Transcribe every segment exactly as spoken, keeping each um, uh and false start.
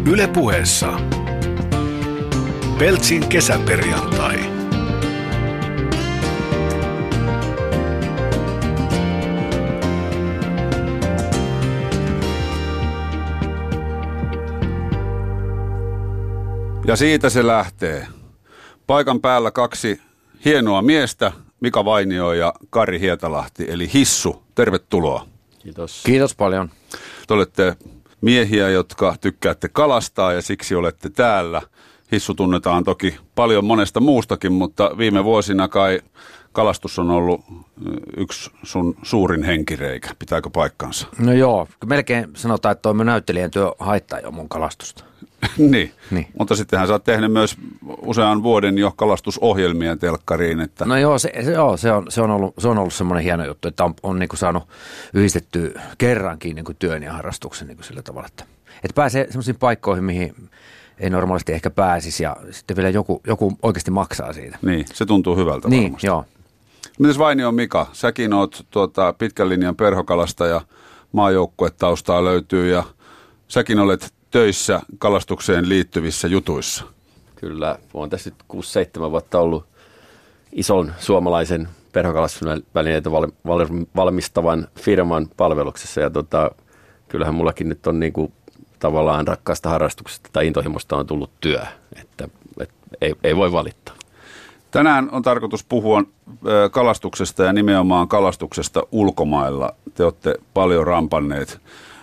Yle Puheessa Peltsin kesäperjantai. Ja siitä se lähtee. Paikan päällä kaksi hienoa miestä, Mika Vainio ja Kari Hietalahti, eli Hissu. Tervetuloa. Kiitos. Kiitos paljon. Te olette miehiä, jotka tykkäätte kalastaa ja siksi olette täällä. Hissu tunnetaan toki paljon monesta muustakin, mutta viime vuosina kai kalastus on ollut yksi sun suurin henkireikä. Pitääkö paikkansa? No joo, melkein sanotaan, että toi näyttelijän työ haittaa jo mun kalastusta. niin. niin, mutta sittenhän sä oot tehnyt myös usean vuoden jo kalastusohjelmia telkkariin. Että... No joo, se, se, joo se, on, se on ollut, se on ollut semmoinen hieno juttu, että on, on niin kuin saanut yhdistettyä kerrankin niin kuin työn ja harrastuksen niin kuin sillä tavalla, että, että pääsee semmoisiin paikkoihin, mihin ei normaalisti ehkä pääsisi ja sitten vielä joku, joku oikeasti maksaa siitä. Niin, se tuntuu hyvältä niin, varmasti. Joo. Mites Vainio Mika, säkin oot tuota, pitkän linjan perhokalastaja, maajoukkuetaustaa löytyy ja säkin olet töissä kalastukseen liittyvissä jutuissa. Kyllä, olen tässä nyt kuusi seitsemän vuotta ollut ison suomalaisen perhokalastusvälineitä val, val, valmistavan firman palveluksessa. Ja tota, kyllähän mullakin nyt on niinku tavallaan rakkaasta harrastuksesta tai intohimosta on tullut työ, että et, ei, ei voi valittaa. Tänään on tarkoitus puhua kalastuksesta ja nimenomaan kalastuksesta ulkomailla. Te olette paljon rampanneet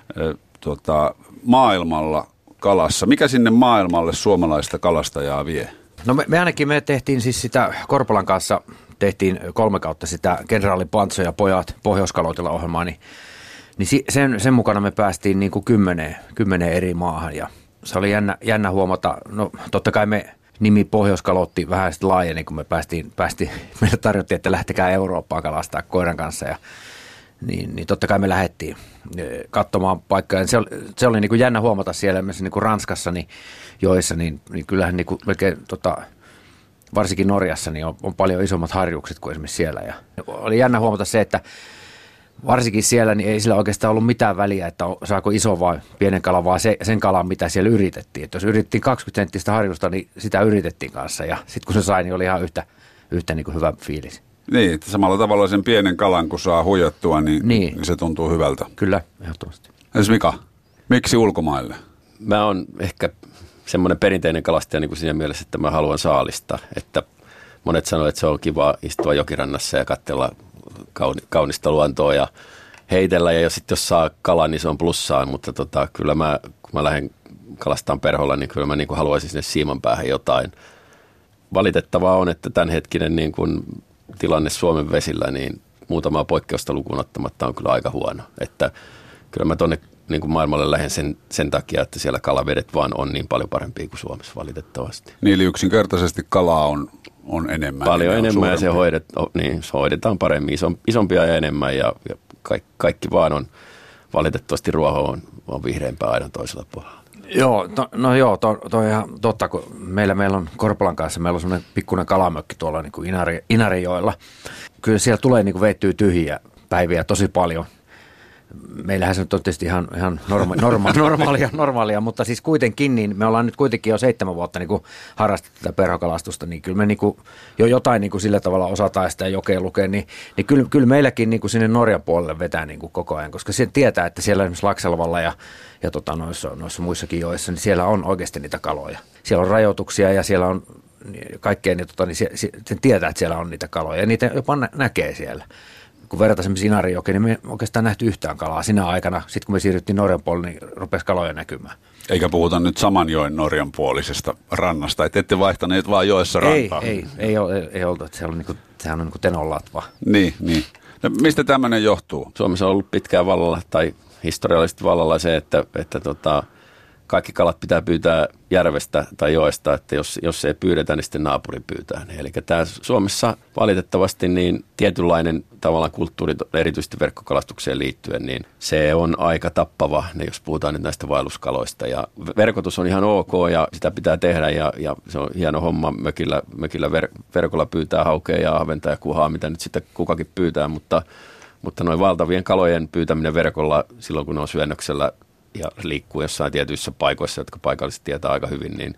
tuota, maailmalla kalassa. Mikä sinne maailmalle suomalaista kalastajaa vie? No me, me ainakin me tehtiin siis sitä Korpolan kanssa, tehtiin kolme kautta sitä Kenraali Pantso ja pojat Pohjoiskalotilla ohjelmaa, niin, niin sen, sen mukana me päästiin niin kuin kymmeneen, kymmeneen eri maahan ja se oli jännä, jännä huomata. No totta kai me nimi Pohjoiskalotti vähän sitten laajeni, kun me päästiin, päästiin meille tarjottiin, että lähtekää Eurooppaan kalastaa koiran kanssa ja Niin, niin totta kai me lähdettiin katsomaan paikkaa. Se oli, se oli niin kuin jännä huomata siellä niin kuin Ranskassa niin joissa, niin, niin kyllähän niin kuin melkein, tota, varsinkin Norjassa niin on, on paljon isommat harjukset kuin esimerkiksi siellä. Ja oli jännä huomata se, että varsinkin siellä niin ei sillä oikeastaan ollut mitään väliä, että saako iso vai pienen kalan, vaan se, sen kalan, mitä siellä yritettiin. Että jos yritettiin kaksikymmentä senttistä harjusta, niin sitä yritettiin kanssa. Ja sitten kun se sai, niin oli ihan yhtä, yhtä niin kuin hyvä fiilis. Niin, että samalla tavalla sen pienen kalan, kun saa huijattua, niin, niin. niin se tuntuu hyvältä. Kyllä, ehdottomasti. Entäs Mika, miksi ulkomaille? Mä oon ehkä semmoinen perinteinen kalastaja niin kuin siinä mielessä, että mä haluan saalista. Että monet sanoo, että se on kiva istua jokirannassa ja katsella kaunista luontoa ja heitellä. Ja jos, jos saa kalaa, niin se on plussaa, mutta tota, kyllä mä, kun mä lähden kalastamaan perholla, niin kyllä mä niin kuin haluaisin sinne siiman päähän jotain. Valitettavaa on, että tämänhetkinen niin kuin tilanne Suomen vesillä, niin muutamaa poikkeusta lukuun ottamatta on kyllä aika huono. Että kyllä mä tuonne niin kuin maailmalle lähden sen, sen takia, että siellä kalavedet vaan on niin paljon parempia kuin Suomessa valitettavasti. Niin, eli yksinkertaisesti kalaa on, on enemmän. Paljon enemmän ja se, hoidet, niin, se hoidetaan paremmin, isompia ja enemmän ja, ja kaikki, kaikki vaan on valitettavasti ruoho on, on vihreämpää aina toisella puolella. Joo, to, no joo, to, to on ihan totta, kun meillä, meillä on Korpolan kanssa, meillä on semmoinen pikkuinen kalamökki tuolla niin kuin Inari, Inarijoella. Kyllä siellä tulee niin kuin veittyä tyhjiä päiviä tosi paljon. Meillähän se on tietysti ihan, ihan norma, norma, normaalia, normaalia, mutta siis kuitenkin, niin me ollaan nyt kuitenkin jo seitsemän vuotta niin kuin harrastettu tätä perhokalastusta, niin kyllä me niin kuin jo jotain niin kuin sillä tavalla osataan sitä jokea lukea, niin, niin kyllä, kyllä meilläkin niin kuin sinne Norjan puolelle vetää niin kuin koko ajan, koska se tietää, että siellä esimerkiksi Laxelvalla ja, ja tota noissa, noissa muissakin joissa, niin siellä on oikeasti niitä kaloja. Siellä on rajoituksia ja siellä on kaikkea, niin, tota, niin se, sen tietää, että siellä on niitä kaloja ja niitä jopa nä- näkee siellä. Kun verrataan esimerkiksi Inarijokeen, niin me ei oikeastaan nähty yhtään kalaa sinä aikana. Sitten kun me siirryttiin Norjan puolelle, niin rupesi kaloja näkymään. Eikä puhuta nyt Samanjoen Norjan puolisesta rannasta, että ette vaihtaneet vaan joessa rantaa. Ei, ei, ei, ole, ei oltu, että siellä on niin kuin, sehän on niin kuin Tenonlatva. Niin, niin. No, mistä tämmöinen johtuu? Suomessa on ollut pitkään vallalla tai historiallisesti vallalla se, että, että tota, kaikki kalat pitää pyytää järvestä tai joesta, että jos, jos ei pyydetä, niin sitten naapuri pyytää. Eli tämä Suomessa valitettavasti niin tietynlainen tavallaan kulttuuri, erityisesti verkkokalastukseen liittyen, niin se on aika tappava, jos puhutaan nyt näistä vaelluskaloista. Ja verkotus on ihan ok ja sitä pitää tehdä ja, ja se on hieno homma mökillä, mökillä ver, verkolla pyytää haukea ja ahventa ja kuhaa, mitä nyt sitten kukakin pyytää, mutta, mutta noin valtavien kalojen pyytäminen verkolla silloin, kun ne on syönnöksellä ja liikkuu jossain tietyissä paikoissa, jotka paikalliset tietää aika hyvin, niin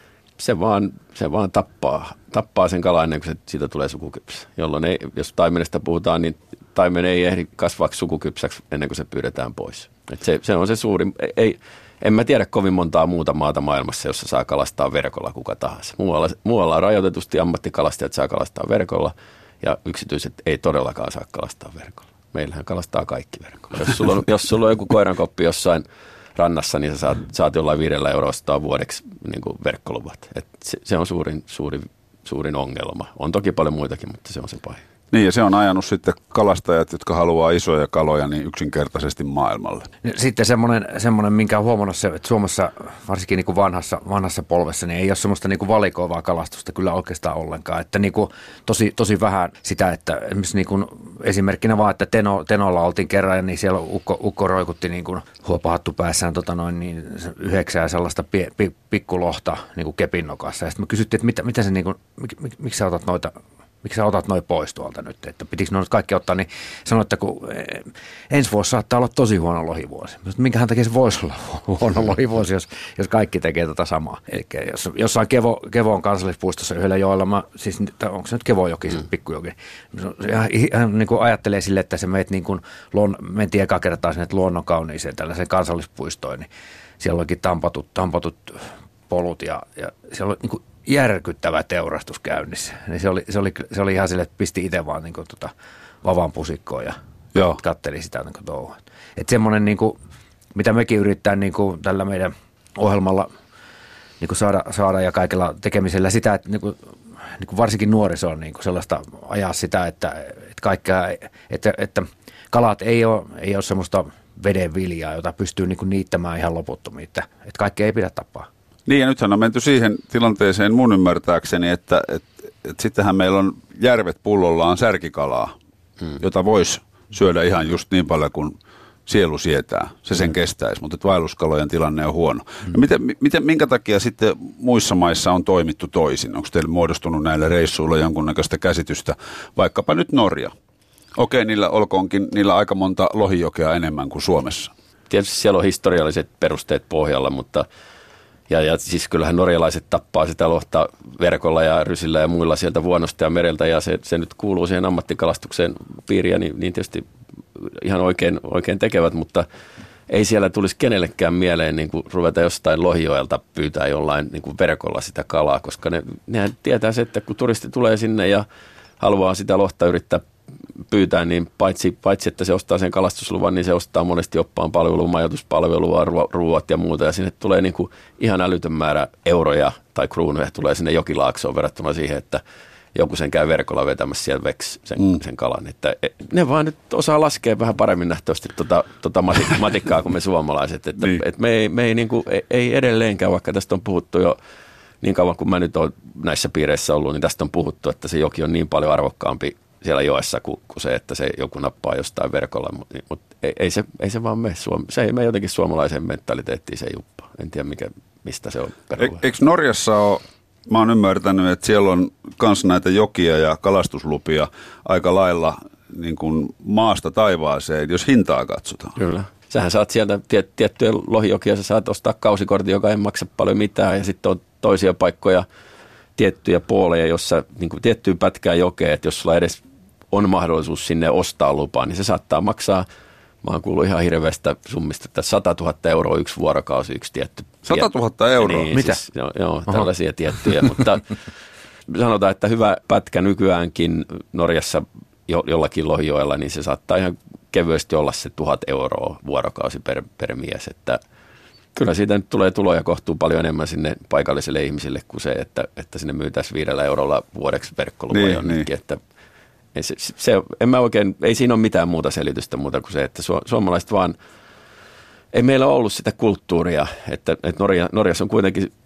se vaan, se vaan tappaa, tappaa sen kalan ennen kuin se, siitä tulee sukukypsä. Jolloin ei, jos taimenesta puhutaan, niin taimen ei ehdi kasvaksi sukukypsäksi ennen kuin se pyydetään pois. Et se, se on se suurin. Ei, en mä tiedä kovin montaa muuta maata maailmassa, jossa saa kalastaa verkolla kuka tahansa. Muualla, muualla rajoitetusti ammattikalastajat saa kalastaa verkolla ja yksityiset ei todellakaan saa kalastaa verkolla. Meillähän kalastaa kaikki verkolla. Jos sulla on, jos sulla on joku koirankoppi jossain rannassa, niin sä saat, saat jollain viidellä euroa ostaa vuodeksi niin kuin verkkoluvat. Et se, se on suurin, suurin, suurin ongelma. On toki paljon muitakin, mutta se on se pahin. Niin, ja se on ajanut sitten kalastajat, jotka haluaa isoja kaloja, niin yksinkertaisesti maailmalle. Sitten semmoinen, semmoinen minkä on huomannut se, että Suomessa, varsinkin niin kuin vanhassa, vanhassa polvessa, niin ei ole semmoista niin kuin valikoivaa kalastusta kyllä oikeastaan ollenkaan. Että niin kuin tosi, tosi vähän sitä, että esimerkiksi niin kuin esimerkkinä vaan, että Teno, Tenolla oltiin kerran, ja niin siellä ukko, ukko roikutti niin kuin huopahattu päässään tota noin, niin yhdeksää sellaista pi, pi, pikkulohta niin kuin kepinnokassa. Ja sitten me kysyttiin, että mitä, mitä se niin kuin, mik, mik, miksi sä otat noita, miksi sä otat noin pois tuolta nyt, että pitikö noin kaikki ottaa, niin sanoi, että kun ensi vuosi saattaa olla tosi huono lohivuosi. Minkähän takia se voisi olla huono lohivuosi, jos, jos kaikki tekee tätä samaa. Eli jos, jossain Kevo, Kevon kansallispuistossa yhdellä joella, mä, siis onko se nyt Kevojoki, mm. pikkujoki, ihan, ihan niin kuin ajattelee sille, että se meet niin kuin, luon, mentiin eka kertaa sinne luonnon kauniiseen tällaiseen kansallispuistoon, niin siellä olikin tampatut, tampatut polut ja, ja siellä oli niin kuin järkyttävä teurastus käynnissä. Niin se, oli, se, oli, se oli ihan sille, että pisti itse vaan niin kuin, tota, vavan pusikkoon ja Joo. katteli sitä niin touhua. Että semmoinen, niin kuin, mitä mekin yrittää niin kuin, tällä meidän ohjelmalla niin kuin saada, saada ja kaikella tekemisellä sitä, että niin kuin, niin kuin varsinkin nuoriso on niin kuin sellaista ajaa sitä, että, että, kaikkea, että, että kalat ei ole, ei ole semmoista vedenviljaa, jota pystyy niin kuin niittämään ihan loputtomiin, että, että kaikkea ei pidä tappaa. Niin, ja nythän on menty siihen tilanteeseen mun ymmärtääkseni, että, että, että sittenhän meillä on järvet pullollaan särkikalaa, hmm. jota voisi syödä ihan just niin paljon kuin sielu sietää. Se sen hmm. kestäisi, mutta vaelluskalojen tilanne on huono. Hmm. No miten, miten, minkä takia sitten muissa maissa on toimittu toisin? Onko teille muodostunut näillä reissuilla jonkunnäköistä käsitystä? Vaikkapa nyt Norja. Okei, niillä olkoonkin niillä aika monta lohijokea enemmän kuin Suomessa. Tietysti siellä on historialliset perusteet pohjalla, mutta Ja, ja siis kyllähän norjalaiset tappaa sitä lohta verkolla ja rysillä ja muilla sieltä vuonosta ja mereltä, ja se, se nyt kuuluu siihen ammattikalastukseen piiriin, niin, niin tietysti ihan oikein, oikein tekevät, mutta ei siellä tulisi kenellekään mieleen niin kuin ruveta jostain lohijoelta pyytää jollain niin kuin verkolla sitä kalaa, koska ne, nehän tietää se, että kun turisti tulee sinne ja haluaa sitä lohta yrittää pyytää, niin paitsi, paitsi että se ostaa sen kalastusluvan, niin se ostaa monesti oppaan palvelua, majoituspalvelua, ruuat ja muuta, ja sinne tulee niin kuin ihan älytön määrä euroja tai kruunuja tulee sinne jokilaaksoon verrattuna siihen, että joku sen käy verkolla vetämässä siellä veksi sen, mm. sen kalan. Että ne vaan nyt osaa laskea vähän paremmin nähtävästi tota, tota matikkaa kuin me suomalaiset. Että, niin. et me ei, me ei, niin kuin, ei edelleenkään, vaikka tästä on puhuttu jo niin kauan kuin mä nyt olen näissä piireissä ollut, niin tästä on puhuttu, että se joki on niin paljon arvokkaampi siellä joessa kuin, kuin se, että se joku nappaa jostain verkolla, mutta, mutta ei, ei, se, ei se vaan mene. Se ei mene jotenkin suomalaiseen mentaliteettiin se juppa. En tiedä, mikä, mistä se on perulla. Eikö Norjassa ole, mä oon ymmärtänyt, että siellä on myös näitä jokia ja kalastuslupia aika lailla niin kuin maasta taivaaseen, jos hintaa katsotaan. Kyllä. Sähän saat sieltä tiet, tiettyjä lohijokia, sä saat ostaa kausikortin, joka ei maksa paljon mitään, ja sitten on toisia paikkoja, tiettyjä puoleja, jossa niin kuin tiettyä pätkää jokea, että jos sulla edes on mahdollisuus sinne ostaa lupaa, niin se saattaa maksaa, mä oon kuullut ihan hirveästä summista, että sata tuhatta euroa yksi vuorokausi, yksi tietty. sata tuhatta euroa? Niin, mitä? Siis, joo, joo tällaisia tiettyjä, mutta sanotaan, että hyvä pätkä nykyäänkin Norjassa jo, jollakin lohijoella, niin se saattaa ihan kevyesti olla se tuhat euroa vuorokausi per, per mies, että kyllä siitä nyt tulee tuloja kohtuu paljon enemmän sinne paikallisille ihmisille kuin se, että, että sinne myytäisiin viidellä eurolla vuodeksi verkkolupa niin, jonnekin. Niin. Että se, se, en mä oikein, ei siinä ole mitään muuta selitystä muuta kuin se, että su, suomalaiset vaan, ei meillä ole ollut sitä kulttuuria, että, että Norja, Norjassa on kuitenkin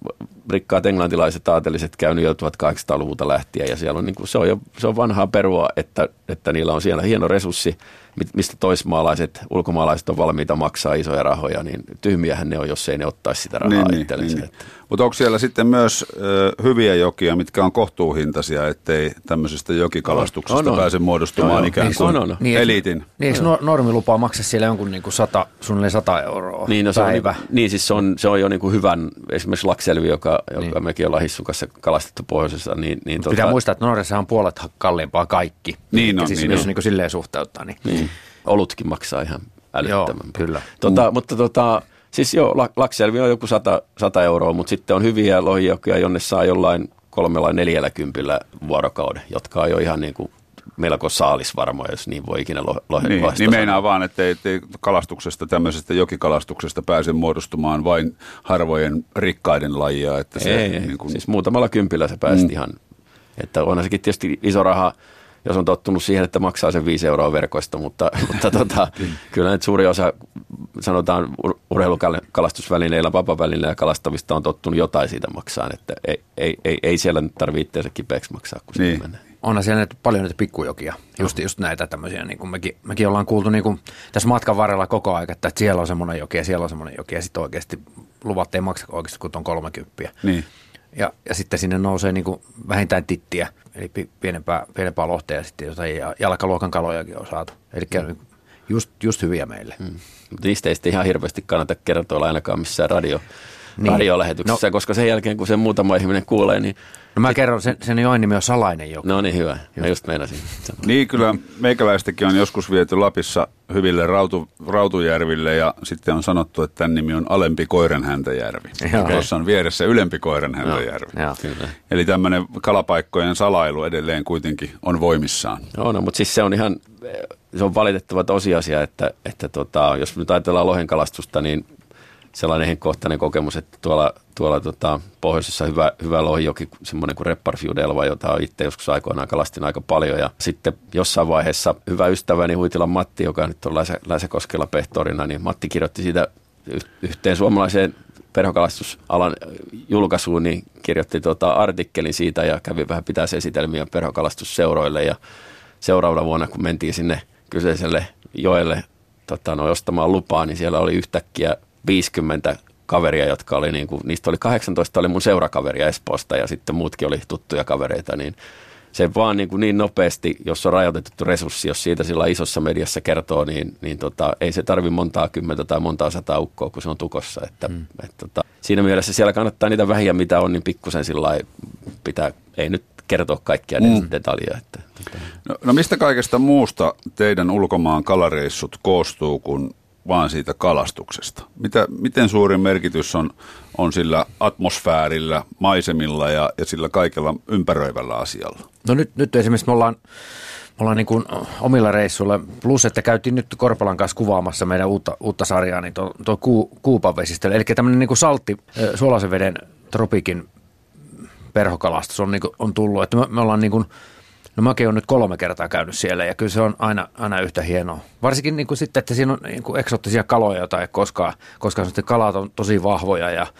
rikkaat englantilaiset aateliset käynyt jo tuhatkahdeksansataaluvulta lähtien ja siellä on, niin kuin, se on jo se on vanhaa perua, että, että niillä on siellä hieno resurssi, mistä toismaalaiset, ulkomaalaiset on valmiita maksaa isoja rahoja, niin tyhmiähän ne on, jos ei ne ottaisi sitä rahaa niin, itsellensä. Niin, niin. Mutta onko siellä sitten myös ö, hyviä jokia, mitkä on kohtuuhintaisia, ettei tämmöisestä jokikalastuksesta no, no. pääse muodostumaan no, no. ikään kuin no, no, no. eliitin? Niin, eikö no. normilupaa maksaa siellä jonkun niin kuin sata, suunnilleen sata euroa niin, no, päivä? Se on, niin, siis se on, se on jo niin kuin hyvän, esimerkiksi Laxellvi, joka, niin. joka mekin ollaan Hissun kanssa kalastettu pohjoisessa. Niin, niin, pitää tota, muistaa, että Norjassa on puolet kalliimpaa kaikki. Niin on, siis, niin jos on. niin kuin silleen suhteuttaa. Niin. niin. Olutkin maksaa ihan älyttömän. Joo, kyllä. Tota, mm. Mutta tota, siis joo, Laxellvi on joku sata, sata euroa, mutta sitten on hyviä lohijokia, jonne saa jollain kolmella neljällä kympillä vuorokauden, jotka on jo ihan niin kuin melko saalisvarmoja, jos niin voi ikinä lo- lohen niin, niin meinaa vaan, että ei, ei kalastuksesta, tämmöisestä jokikalastuksesta pääse muodostumaan vain harvojen rikkaiden lajia. Että se, ei, niin kuin... siis muutamalla kympillä se päästi mm. ihan, että onhan sekin tietysti iso raha, jos on tottunut siihen, että maksaa sen viisi euroa verkoista, mutta, mutta tota, kyllä nyt suuri osa, sanotaan urheilukalastusvälineillä, vapavälineillä kalastavista on tottunut jotain siitä maksaa, että ei, ei, ei, ei siellä nyt tarvitse itseänsä kipeäksi maksaa, kun niin. menee. Onhan siellä näitä, paljon näitä pikkujokia, just, just näitä tämmöisiä, niin kuin mekin, mekin ollaan kuultu niin kuin tässä matkan varrella koko ajan, että siellä on semmoinen joki ja siellä on semmoinen joki ja sitten oikeasti luvat ei maksa oikeasti, kun on kolmekymppiä. Niin. Ja, ja sitten sinne nousee niin kuin vähintään tittiä, eli pienempää, pienempää lohtea ja sitten jotain jalkaluokan kalojakin on saatu. Eli mm. just, just hyviä meille. Mm. Mutta niistä ei sitten ihan hirveästi kannata kertoilla ainakaan missään radio, niin. radiolähetyksessä, no. koska sen jälkeen kun sen muutama ihminen kuulee, niin... No mä sit... kerron, sen, sen joen nimi on Salainen joki. No niin, hyvä. Mä just meinasin. Niin, kyllä meikäläistäkin on joskus viety Lapissa hyville rautu, Rautujärville ja sitten on sanottu, että tämän nimi on Alempi Koiranhäntäjärvi. Tuossa on vieressä Ylempi Koiranhäntäjärvi. Joo, Eli tämmöinen kalapaikkojen salailu edelleen kuitenkin on voimissaan. No, no, mutta siis se on ihan, se on valitettava tosiasia, että, että tota, jos nyt ajatellaan lohenkalastusta, niin sellainen henkkohtainen kokemus, että tuolla, tuolla tota, pohjoisessa hyvä, hyvä lohijoki, semmoinen kuin Repparfjordelva, jota itse joskus aikoinaan kalastin aika paljon. Ja sitten jossain vaiheessa hyvä ystäväni Huitilan Matti, joka nyt on Läsä, Läsäkoskella pehtorina, niin Matti kirjoitti siitä yhteen suomalaiseen perhokalastusalan julkaisuun, niin kirjoitti tota artikkelin siitä ja kävi vähän pitää esitelmiä perhokalastusseuroille. Ja seuraavana vuonna, kun mentiin sinne kyseiselle joelle tota, no, ostamaan lupaa, niin siellä oli yhtäkkiä viisikymmentä kaveria, jotka oli, niin kuin, niistä oli kahdeksantoista oli mun seurakaveria Espoosta ja sitten muutkin oli tuttuja kavereita, niin se vaan niin, kuin niin nopeasti, jos on rajoitettu resurssi, jos siitä sillä isossa mediassa kertoo, niin, niin tota, ei se tarvi montaa kymmentä tai montaa sataa ukkoa, kun se on tukossa. Että, hmm. et, tota, siinä mielessä siellä kannattaa niitä vähiä, mitä on, niin pikkusen sillä pitää, ei nyt kertoa kaikkia hmm. detaljia. Että, tota. no, no mistä kaikesta muusta teidän ulkomaan kalareissut koostuu, kun vaan siitä kalastuksesta? Mitä, miten suuri merkitys on, on sillä atmosfäärillä, maisemilla ja, ja sillä kaikella ympäröivällä asialla? No nyt, nyt esimerkiksi me ollaan, me ollaan niin kuin omilla reissuilla, plus että käytiin nyt Korpolan kanssa kuvaamassa meidän uutta, uutta sarjaa, niin tuo, tuo Ku, Kuupan vesistöllä. Eli tämmöinen niin kuin saltti, suolaisen veden tropiikin perhokalastus on, niin kuin, on tullut, että me, me ollaan niin kuin no mäkin olen nyt kolme kertaa käynyt siellä ja kyllä se on aina, aina yhtä hienoa. Varsinkin niin kuin sitten, että siinä on niin kuin eksoottisia kaloja, joita ei koskaan, koska kalat on tosi vahvoja ja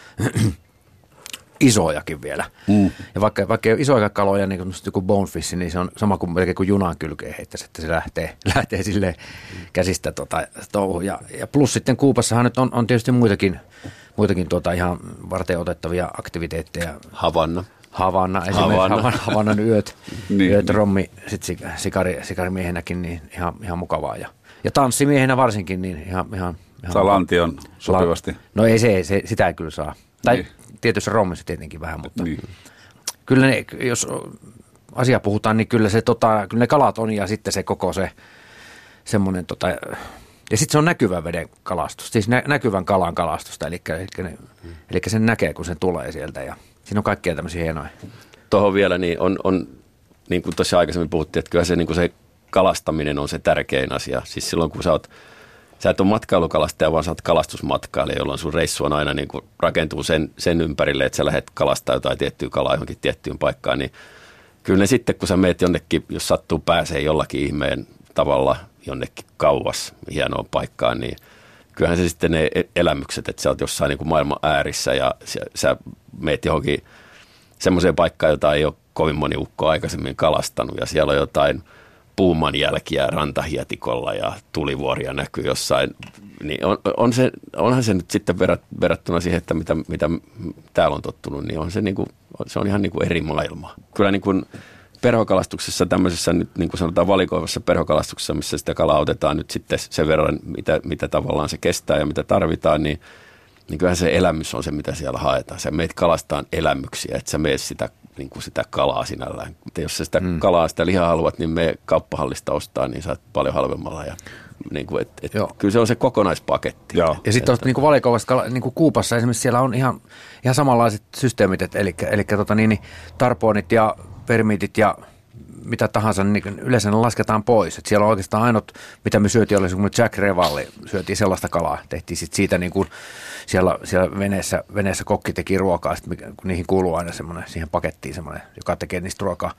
isojakin vielä. Mm. Ja vaikka, vaikka ei ole isoja kaloja, niin kuin joku bonefish, niin se on sama kuin melkein kuin junan kylkeen heittäisi, että se lähtee, lähtee silleen käsistä tota, touhu. Ja, ja plus sitten Kuupassahan nyt on, on tietysti muitakin, muitakin tuota ihan varten otettavia aktiviteetteja. Havanna. Havanna, esimerkiksi Havanna. Havannan yöt, niin, yöt rommi, sitten sikari, sikarimiehenäkin, niin ihan, ihan mukavaa. Ja, ja tanssimiehenä varsinkin, niin ihan, ihan, ihan saa lantion sopivasti. No ei se, se, sitä ei kyllä saa. Tai niin. Tietysti rommissa tietenkin vähän, mutta niin. Kyllä ne, jos asia puhutaan, niin kyllä, se, tota, kyllä ne kalat on ja sitten se koko se semmoinen, tota, ja sitten se on näkyvän veden kalastus, siis nä, näkyvän kalan kalastusta, eli, eli, ne, hmm. eli sen näkee, kun se tulee sieltä ja siinä on kaikkia tämmöisiä hienoja. Tuohon vielä, niin on, on niin kuin tuossa aikaisemmin puhuttiin, että kyllä se, niin kuin se kalastaminen on se tärkein asia. Siis silloin, kun sä oot, sä et ole matkailukalastaja, vaan sä oot kalastusmatkailija, jolloin sun reissu on aina niin kuin rakentuu sen, sen ympärille, että sä lähdet kalastaa jotain tiettyä kalaa johonkin tiettyyn paikkaan, niin kyllä ne sitten, kun sä meet jonnekin, jos sattuu pääsee jollakin ihmeen tavalla jonnekin kauas hienoon paikkaan, niin kyllähän se sitten ne elämykset, että sä oot jossain niin kuin maailman äärissä ja sä, sä meet johonkin semmoiseen paikkaan, jota ei ole kovin moni ukko aikaisemmin kalastanut ja siellä on jotain puuman jälkiä rantahietikolla ja tulivuoria näkyy jossain, niin on, on se, onhan se nyt sitten verrattuna siihen, että mitä, mitä täällä on tottunut, niin on se, niin kuin, se on ihan niin kuin eri maailma. Kyllä niin kuin perhokalastuksessa, tämmöisessä nyt niin kuin sanotaan valikoivassa perhokalastuksessa, missä sitä kalaa otetaan nyt sitten sen verran, mitä, mitä tavallaan se kestää ja mitä tarvitaan, niin, niin kyllähän se elämys on se, mitä siellä haetaan. Sä meet kalastaan elämyksiä, että sä meet sitä, niin kuin sitä kalaa sinällään. Mutta jos sä sitä mm. kalaa, sitä lihaa haluat, niin me kauppahallista ostaa, niin saat paljon halvemmalla. Ja, niin kuin, et, et, kyllä se on se kokonaispaketti. Joo. Ja sitten tuosta niin valikoivasta niin kuin Kuupassa esimerkiksi siellä on ihan, ihan samanlaiset systeemit, et, eli, eli tota, niin, tarpoonit ja permiitit ja mitä tahansa, niin yleensä ne lasketaan pois. Et siellä on oikeastaan ainut, mitä me syötiin, oli semmoinen Jack Revalli, syötiin sellaista kalaa. Tehtiin sitten siitä niin kuin siellä, siellä veneessä, veneessä kokki teki ruokaa, sit, kun niihin kuuluu aina semmoinen, siihen pakettiin semmoinen, joka tekee niistä ruokaa.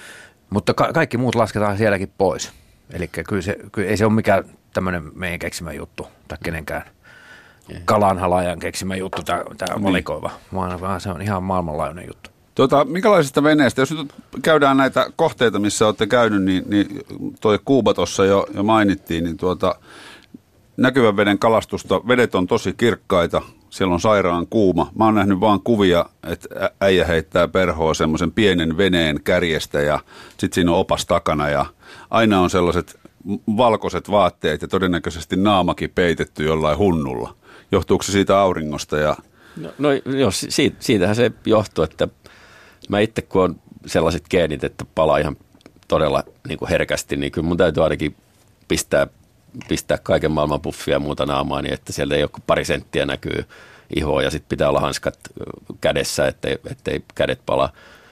Mutta ka- kaikki muut lasketaan sielläkin pois. Eli kyllä, se, kyllä ei se ole mikään tämmöinen meidän keksimä juttu tai kenenkään kalanhalaajan keksimä juttu, tämä valikoiva, vaan, vaan se on ihan maailmanlaajuinen juttu. Tuota, minkälaisista veneistä, jos nyt käydään näitä kohteita, missä olette käynyt, niin, niin toi Kuuba tuossa jo, jo mainittiin, niin tuota, näkyvän veden kalastusta, vedet on tosi kirkkaita, siellä on sairaan kuuma. Mä oon nähnyt vaan kuvia, että äijä heittää perhoa semmoisen pienen veneen kärjestä ja sitten siinä on opas takana ja aina on sellaiset valkoiset vaatteet ja todennäköisesti naamakin peitetty jollain hunnulla. Johtuuko se siitä auringosta? Ja no, no joo, siitä, siitähän se johtuu, että mä itse kun on sellaiset geenit, että palaa ihan todella niin kuin herkästi, niin kyllä mun täytyy ainakin pistää, pistää kaiken maailman puffia ja muuta naamaa, niin että sieltä ei ole pari senttiä näkyy ihoa ja sitten pitää olla hanskat kädessä, ettei, ettei kädet palaa.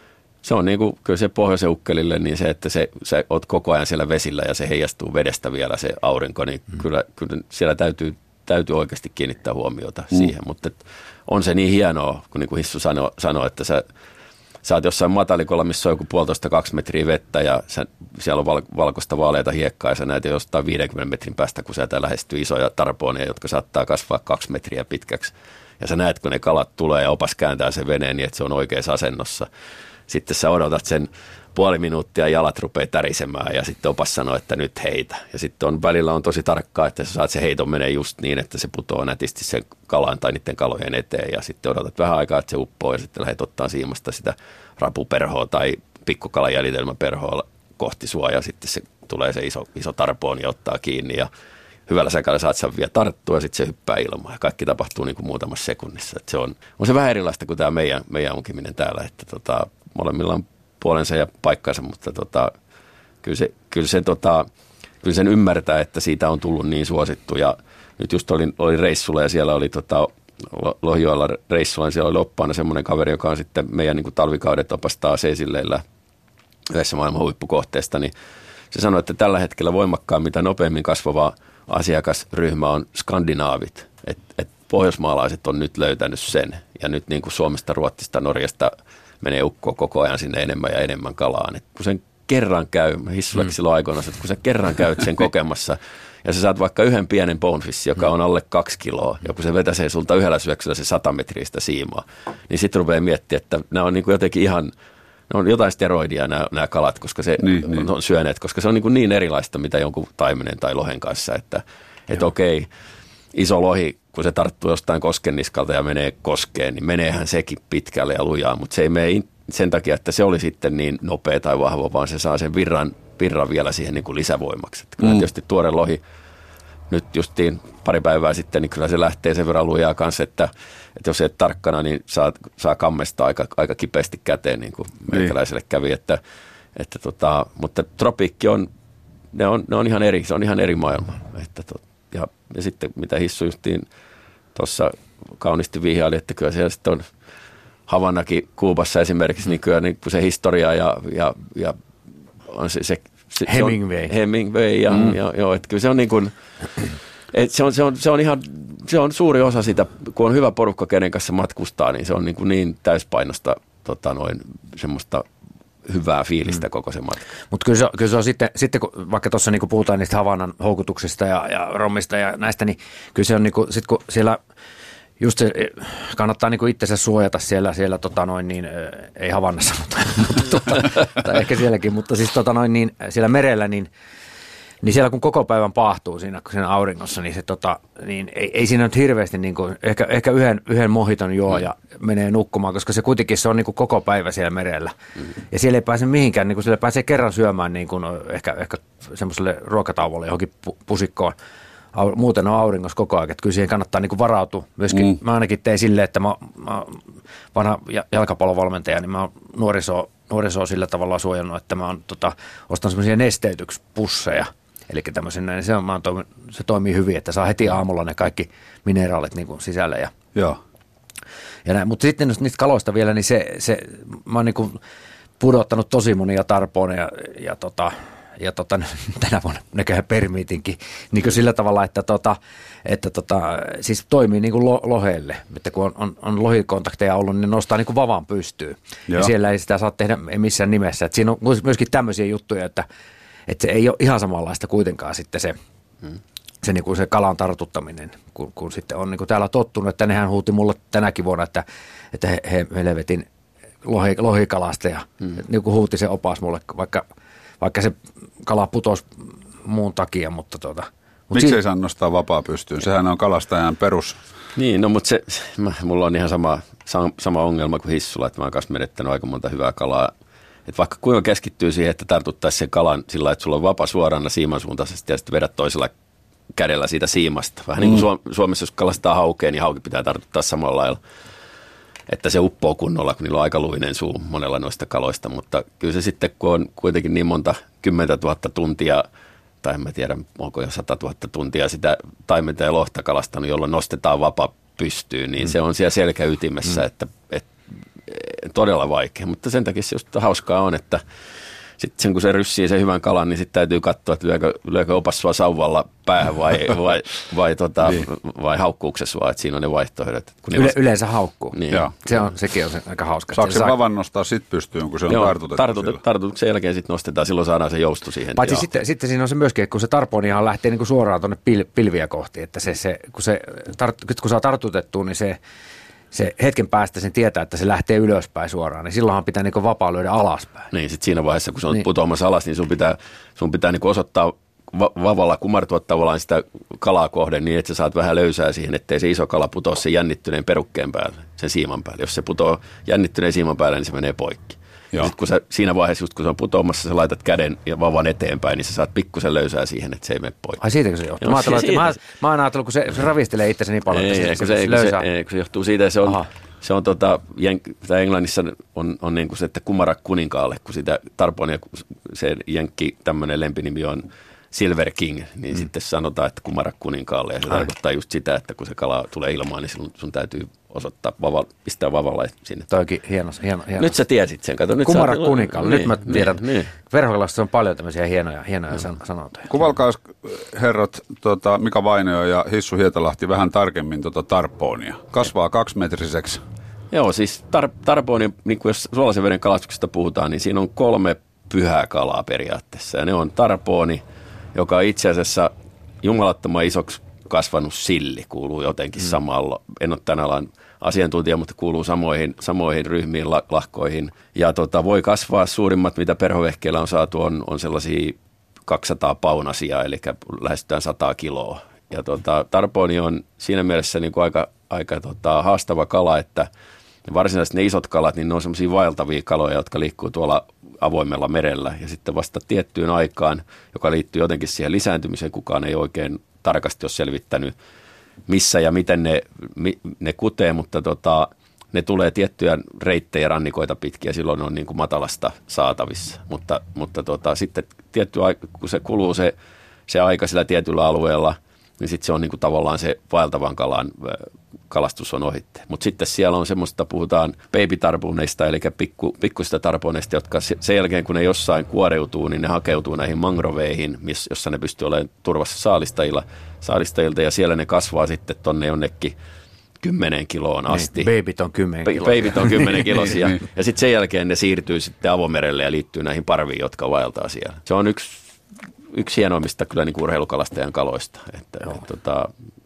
Se on niin kuin, kyllä se pohjoisen ukkelille, niin se, että se, sä oot koko ajan siellä vesillä ja se heijastuu vedestä vielä se aurinko, niin mm. kyllä, kyllä siellä täytyy, täytyy oikeasti kiinnittää huomiota mm. siihen, mutta on se niin hienoa, kun niin kuin Hissu sanoi, sano, että sä Sä oot jossain matalikolla, missä on joku puolitoista kaksi metriä vettä ja sä, siellä on val, valkoista vaaleita hiekkaa ja sä näet jostain viidenkymmenen metrin päästä, kun sieltä lähestyy isoja tarpoonia, jotka saattaa kasvaa kaksi metriä pitkäksi. Ja sä näet, kun ne kalat tulee ja opas kääntää sen veneen niin, että se on oikeassa asennossa. Sitten sä odotat sen puoli minuuttia, jalat rupeaa tärisemään ja sitten opas sanoo, että nyt heitä. Ja sitten on, välillä on tosi tarkkaa, että sä saat se heiton menee just niin, että se putoaa nätisti sen kalan tai niiden kalojen eteen. Ja sitten odotat vähän aikaa, että se uppoo ja sitten lähdet ottaa siimasta sitä rapuperhoa tai pikkukalan jäljitelmäperhoa kohti sua. Ja sitten se tulee se iso, iso tarpoon ja ottaa kiinni ja hyvällä säkällä saat sen vielä tarttua ja sitten se hyppää ilmaan. Ja kaikki tapahtuu niin kuin muutamassa sekunnissa. Et se on, on se vähän erilaista kuin tämä meidän, meidän unkiminen täällä, että tota, molemmilla on puolensa ja paikkansa, mutta tota, kyllä, se, kyllä, se, tota, kyllä sen ymmärtää, että siitä on tullut niin suosittu. Ja nyt just olin, olin reissulla ja siellä oli tota, Lohijoella reissulla, niin siellä oli oppaana semmoinen kaveri, joka on sitten meidän niin kuin talvikaudet opastaa seisilleillä yhdessä maailman huippukohteesta, niin se sanoi, että tällä hetkellä voimakkaan mitä nopeammin kasvava asiakasryhmä on skandinaavit. Et, et pohjoismaalaiset on nyt löytänyt sen ja nyt niin kuin Suomesta, Ruotsista, Norjasta menee ukko koko ajan sinne enemmän ja enemmän kalaan. Et kun sen kerran käy, Hissullekin mm. silloin aikoinaan, että kun sä kerran käyt sen kokemassa ja sä saat vaikka yhden pienen bonefish, joka on alle kaksi kiloa, ja kun se vetäsee sulta yhdellä syöksyllä se sata metristä siimaa, niin sitten rupeaa miettiä, että nämä on niin kuin jotenkin ihan, ne on jotain steroidia nämä, nämä kalat, koska se niin, on, niin. on syöneet, koska se on niin, kuin niin erilaista, mitä jonkun taimenen tai lohen kanssa, että et okei, iso lohi, kun se tarttuu jostain koskenniskalta ja menee koskeen, niin meneehän sekin pitkälle ja lujaa, mutta se ei mene sen takia, että se oli sitten niin nopea tai vahva, vaan se saa sen virran, virran vielä siihen niin kuin lisävoimaksi. Että kyllä mm. tietysti tuore lohi, nyt justiin pari päivää sitten, niin kyllä se lähtee sen verran lujaa kanssa, että, että jos et tarkkana, niin saa, saa kammesta aika, aika kipeästi käteen, niin kuin meikäläiselle kävi. Että, että tota, mutta tropiikki on, ne on, ne on ihan eri, se on ihan eri maailma. Että tot, ja, ja sitten mitä Hissu justiin tuossa kauniisti vihjaili, että kyllä siellä sitten on Havannakin Kuubassa esimerkiksi, niin kyllä niin se historia ja, ja, ja on se, se, se Hemingway. On Hemingway ja, mm. ja joo, että kyllä se on niin kuin, että se on, se on, se on ihan, se on suuri osa sitä, kun on hyvä porukka, kenen kanssa matkustaa, niin se on niin kuin niin täyspainosta tota noin semmoista hyvää fiilistä mm. koko se matka. Mutta kyllä, kyllä se on sitten, sitten kun vaikka tuossa niinku puhutaan niistä Havannan houkutuksista ja, ja rommista ja näistä, niin kyllä se on niinku, sitten kun siellä just se, kannattaa niinku itsensä suojata siellä, siellä tota noin niin, ei Havannassa, mutta, mutta tota, tai ehkä sielläkin, mutta siis tota noin niin, siellä merellä, niin, niin siellä kun koko päivän paahtuu siinä, siinä auringossa, niin, se, tota, niin ei, ei siinä nyt hirveästi, niin kuin, ehkä, ehkä yhden, yhden mohiton juo ja menee nukkumaan, koska se kuitenkin se on niin kuin koko päivä siellä merellä. Mm. Ja siellä ei pääse mihinkään, niin kuin siellä pääsee kerran syömään niin kuin ehkä, ehkä semmoiselle ruokatauolle johonkin pusikkoon. Muuten on auringossa koko ajan, että kyllä siihen kannattaa niin kuin varautua. Myöskin mm. mä ainakin tein silleen, että mä, mä vanha jalkapallovalmentaja, niin mä oon nuorisoa, nuorisoa sillä tavalla suojannut, että mä oon tota, ostan semmoisia nesteytyspusseja. Eli tämmöisen näin, se, on, mä toimi, se toimii hyvin, että saa heti aamulla ne kaikki mineraalit niin kuin sisälle. Ja, Joo. Ja näin. Mutta sitten niistä kaloista vielä, niin se, se mä oon niin kuin pudottanut tosi monia tarponeja ja, ja tota... ja tota, tänä vuonna näköjään permiitinkin, niin kuin sillä tavalla, että, tota, että tota, siis toimii niin kuin lo, lohelle, että kun on, on, on lohikontakteja ollut, niin ne nostaa niin kuin vavan pystyyn. Joo. Ja siellä ei sitä saa tehdä missään nimessä. Et siinä on myöskin tämmöisiä juttuja, että, että se ei ole ihan samanlaista kuitenkaan sitten se, hmm. se, niin kuin se kalan tartuttaminen, kun, kun sitten on niin kuin täällä tottunut, että nehän huuti mulle tänäkin vuonna, että, että he, he helvetin lohi, lohikalastaja, hmm. niin kuin huuti se opas mulle, vaikka Vaikka se kala putosi muun takia, mutta tuota... Mut Miksi si- ei saa nostaa vapaa pystyyn? Sehän on kalastajan perus. Niin, no mutta se, mä, mulla on ihan sama, sama ongelma kuin Hissulla, että mä oon kanssa menettänyt aika monta hyvää kalaa. Että vaikka kuinka keskittyy siihen, että tartuttaisiin sen kalan sillä lailla, että sulla on vapa suorana siiman suuntaisesti ja sitten vedät toisella kädellä siitä siimasta. Vähän mm. niin kuin Suomessa, jos kalastaa haukea, niin hauki pitää tartuttaa samalla lailla. Että se uppoo kunnolla, kun niillä on aika luinen suu monella noista kaloista, mutta kyllä se sitten, kun on kuitenkin niin monta kymmentä tuhatta tuntia, tai en mä tiedä, onko jo sata tuhatta tuntia sitä taimenta ja lohta kalastanut, jolloin nostetaan vapa pystyyn, niin mm. se on siellä selkäytimessä, mm. että, että todella vaikea, mutta sen takia se just hauskaa on, että sitten sen kun se ryssii sen hyvän kalan, niin sitten täytyy katsoa, että lyökö, lyökö opas sua sauvalla päähän vai, vai, vai, tota, niin. vai haukkuuko sua, että siinä on ne vaihtoehdot. Kun Yle, vasta... Yleensä haukkuu. Niin. Se on, sekin on se aika hauska. Saako se saa... vavan nostaa sitten pystyyn, kun se on Joo, tartutettu? Tartut, tartutuksen jälkeen sitten nostetaan, silloin saadaan se joustu siihen. Paitsi sitten, sitten siinä on se myöskin, että kun se tarponihan lähtee niin kuin suoraan tuonne pil, pilviä kohti, että se, se, kun, se, tar, kun saa tartutettua, niin se... se hetken päästä sen tietää, että se lähtee ylöspäin suoraan, niin silloinhan pitää niin vapaa lyödä alaspäin. Niin, sitten siinä vaiheessa, kun se on niin. putoamassa alas, niin sun pitää, sun pitää niin osoittaa va- vavalla, kumartua tavallaan sitä kalaa kohden niin, että sä saat vähän löysää siihen, ettei se iso kala putoa sen jännittyneen perukkeen päälle, sen siiman päälle. Jos se putoo jännittyneen siiman päälle, niin se menee poikki. Sitten kun sä, siinä vaiheessa, just kun se on putoamassa, sä laitat käden ja vavan eteenpäin, niin sä saat pikkusen löysää siihen, että se ei mene poikki. Ai siitäkö se johtuu? Mä, ajattelin, että mä, mä oon ajatellut, kun se, se ravistelee itsensä niin paljon, ei, että ei, se, se, se, se, löysää. Se, ei, kun se johtuu siitä, että se on, se on tota, Englannissa on, on niin kuin se, että kumara kuninkaalle, kun sitä tarponia, se jenkki tämmöinen lempinimi on Silver King, niin mm. sitten sanotaan, että kumara kuninkaalle. Ja se Ai. tarkoittaa just sitä, että kun se kala tulee ilmaan, niin sun, sun täytyy osoittaa, vava, pistää vavalla sinne. Toikin hieno, hieno, hieno. Nyt sä tiesit sen. Kato, nyt kumara sä, kuninkaalle. Niin, nyt mä tiedän. Niin, niin. Verhokalassa on paljon tämmöisiä hienoja, hienoja mm. sanontoja. Kuvalkaas herrat tota, Mika Vainio ja Hissu Hietalahti vähän tarkemmin tota tarpoonia. Kasvaa kaksimetriseksi. Joo, siis tar- tarpooni, niin kuin jos suolaisen veden kalastuksesta puhutaan, niin siinä on kolme pyhää kalaa periaatteessa. Ja ne on tarpooni, joka on itse asiassa jumalattoman isoksi kasvanut silli, kuuluu jotenkin mm. samalla. En ole tämän alan asiantuntija, mutta kuuluu samoihin, samoihin ryhmiin, lahkoihin. Ja tota, voi kasvaa suurimmat, mitä perhovehkeillä on saatu, on, on sellaisia kaksisataa paunasia, eli lähestytään sata kiloa. Ja tota, tarpooni on siinä mielessä niin kuin aika, aika tota, haastava kala, että varsinaisesti ne isot kalat, niin ne on semmoisia vaeltavia kaloja, jotka liikkuu tuolla avoimella merellä. Ja sitten vasta tiettyyn aikaan, joka liittyy jotenkin siihen lisääntymiseen, kukaan ei oikein tarkasti ole selvittänyt, missä ja miten ne, ne kutee, mutta tota, ne tulee tiettyjä reittejä rannikoita pitkin ja silloin on niin kuin matalasta saatavissa. Mutta, mutta tota, sitten tietty aika, kun se kuluu se, se aika sillä tietyllä alueella, niin sitten se on niin kuin tavallaan se vaeltavan kalan kalastus on ohitte. Mutta sitten siellä on semmoista, puhutaan baby-tarponeista, eli pikku, pikkusista tarponeista, jotka sen jälkeen, kun ne jossain kuoreutuu, niin ne hakeutuu näihin mangroveihin, jossa ne pystyy olemaan turvassa saalistajilla, saalistajilta, ja siellä ne kasvaa sitten tonne jonnekin kymmenen kiloon asti. Niin, babyt on kymmenen kiloa. Babyt on kymmenen kilosia. Ja sitten sen jälkeen ne siirtyy sitten avomerelle ja liittyy näihin parviin, jotka vaeltaa siellä. Se on yksi, yksi hienoimmista kyllä niin kuin urheilukalastajan kaloista. Että, et, tota,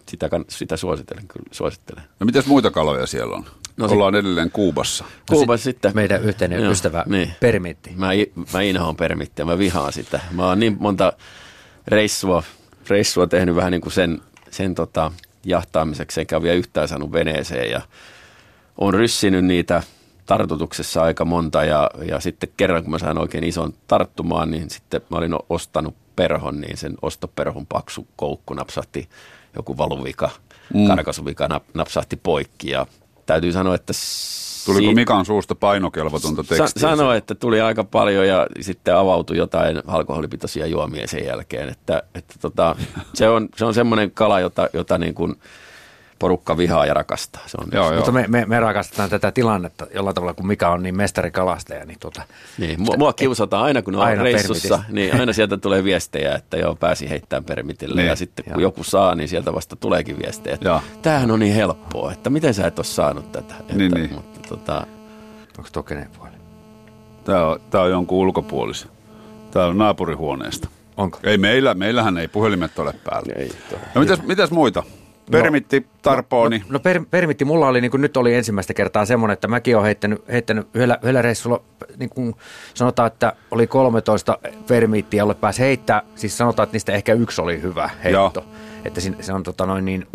sitä, sitä suosittelen kyllä, suosittelen. No mitäs muita kaloja siellä on? No, Ollaan sit, edelleen Kuubassa. Kuubassa no, sitten. Meidän yhteinen joo, ystävä niin. Permitti. Mä, mä inhoan permittiä, mä vihaan sitä. Mä oon niin monta reissua, reissua tehnyt vähän niin kuin sen, sen tota, jahtaamiseksi, enkä ole vielä yhtään saanut veneeseen ja on ryssinyt niitä tartutuksessa aika monta ja, ja sitten kerran kun mä sain oikein ison tarttumaan, niin sitten mä olin ostanut perhon, niin sen ostoperhon paksu koukku napsahti joku valuvika, mm. karkasuvika napsahti poikki ja täytyy sanoa, että... Tuliko siitä, Mikan suusta painokelvotonta tekstiä? Sa- sanoi, että tuli aika paljon ja sitten avautui jotain alkoholipitoisia juomia sen jälkeen. Että, että tota, se on, se on semmoinen kala, jota, jota niin kuin porukka vihaa ja rakastaa. Se on joo, mutta me, me, me rakastetaan tätä tilannetta jollain tavalla, kun Mika on niin mestarikalastaja. Niin, tuota, niin mua, mua kiusataan aina, kun on reissussa, niin aina sieltä tulee viestejä, että joo, pääsi heittämään permitille. Niin. Ja sitten kun joo. joku saa, niin sieltä vasta tuleekin viestejä, että joo. tämähän on niin helppoa, että miten sä et ole saanut tätä. Niin, että, niin. Mutta, tota... Onko tuo kenen puoli? Tämä on, tämä on jonkun ulkopuolisen. Tämä on naapurihuoneesta. Onko? Ei meillä, meillähän ei puhelimet ole päällä. Ei, no mitäs, mitäs muita? Permitti, tarpooni. No, no, no per, permitti, mulla oli, niin kuin nyt oli ensimmäistä kertaa semmoinen, että mäkin olen heittänyt, heittänyt yhdellä, yhdellä reissulla, niin kuin sanotaan, että oli kolmetoista permittiä, jolle pääsi heittää, siis sanotaan, että niistä ehkä yksi oli hyvä heitto. Joo. Että se on tota noin niin,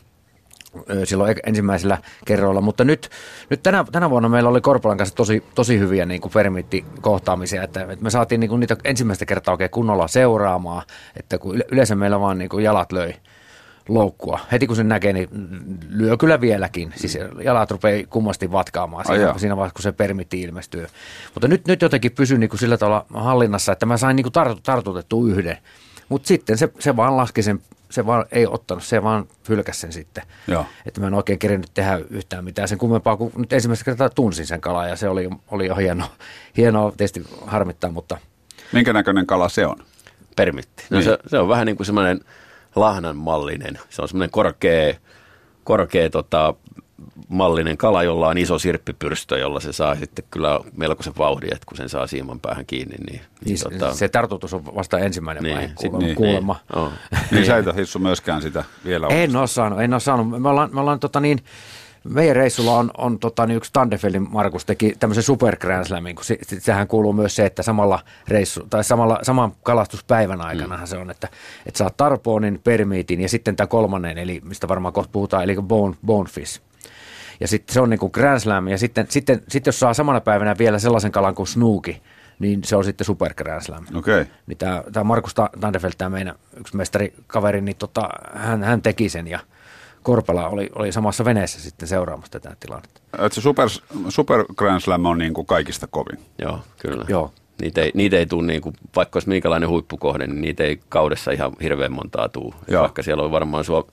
silloin ensimmäisellä kerroilla, mutta nyt, nyt tänä, tänä vuonna meillä oli Korpolan kanssa tosi, tosi hyviä niin kuin permittikohtaamisia, että, että me saatiin niin kuin niitä ensimmäistä kertaa oikein kunnolla seuraamaan, että kun yleensä meillä vaan niin kuin jalat löi loukkua. Heti kun sen näkee, niin lyö kyllä vieläkin. Siis jalat rupeaa kummasti vatkaamaan siinä, Ai siinä vaiheessa, kun se permitti ilmestyy. Mutta nyt, nyt jotenkin pysyi niin kuin sillä tavalla hallinnassa, että mä sain niin kuin tart, tartutettua yhden. Mutta sitten se, se vaan laski sen, se vaan ei ottanut, se vaan hylkäsi sen sitten. Joo. Että mä en oikein kerinyt tehdä yhtään mitään sen kummempaa, kun nyt ensimmäistä kertaa tunsin sen kalan ja se oli, oli jo hienoa. Hienoa tietysti harmittaa, mutta... Minkä näköinen kala se on? Permitti. No niin. se, se on vähän niin kuin semmoinen lahnan mallinen. Se on semmoinen korkea, korkea tota, mallinen kala, jolla on iso sirppipyrstö, jolla se saa sitten kyllä melkoisen vauhdin, että kun sen saa siiman päähän kiinni. Niin, niin tota... Se tartutus on vasta ensimmäinen niin, vaihe, sit, kuulemma. Niin, kuulemma. Niin, oh. niin sä et ole Hissu myöskään sitä vielä En ole saanut, en ole saanut. Me ollaan, me ollaan tota niin, meidän reissulla on, on tota, niin yksi Tandefeldin Markus teki tämmöisen Super Grand Slamin, kun se, sehän kuuluu myös se, että samalla reissu, tai samalla, saman kalastuspäivän aikanahan mm. se on, että, että saa tarpoonin, permiitin ja sitten tämä kolmannen, eli mistä varmaan kohta puhutaan, eli bone, bonefish. Ja sitten se on niin kuin Grand Slam, ja sitten, sitten, sitten jos saa samana päivänä vielä sellaisen kalan kuin snooki, niin se on sitten Super Grand Slam. Okay. Niin tämä, tämä Markus Tandefeld, tämä meidän yksi mestarikaveri, niin tota, hän, hän teki sen, ja Korpela oli, oli samassa veneessä sitten seuraamassa tätä tilannetta. Että se super, super Grand Slam on niin kuin kaikista kovin. Joo, kyllä. Joo. Niitä ei, niitä ei tule, niin kuin, vaikka olisi minkälainen huippukohde, niin niitä ei kaudessa ihan hirveän montaa tule. Vaikka siellä on varmaan Suo,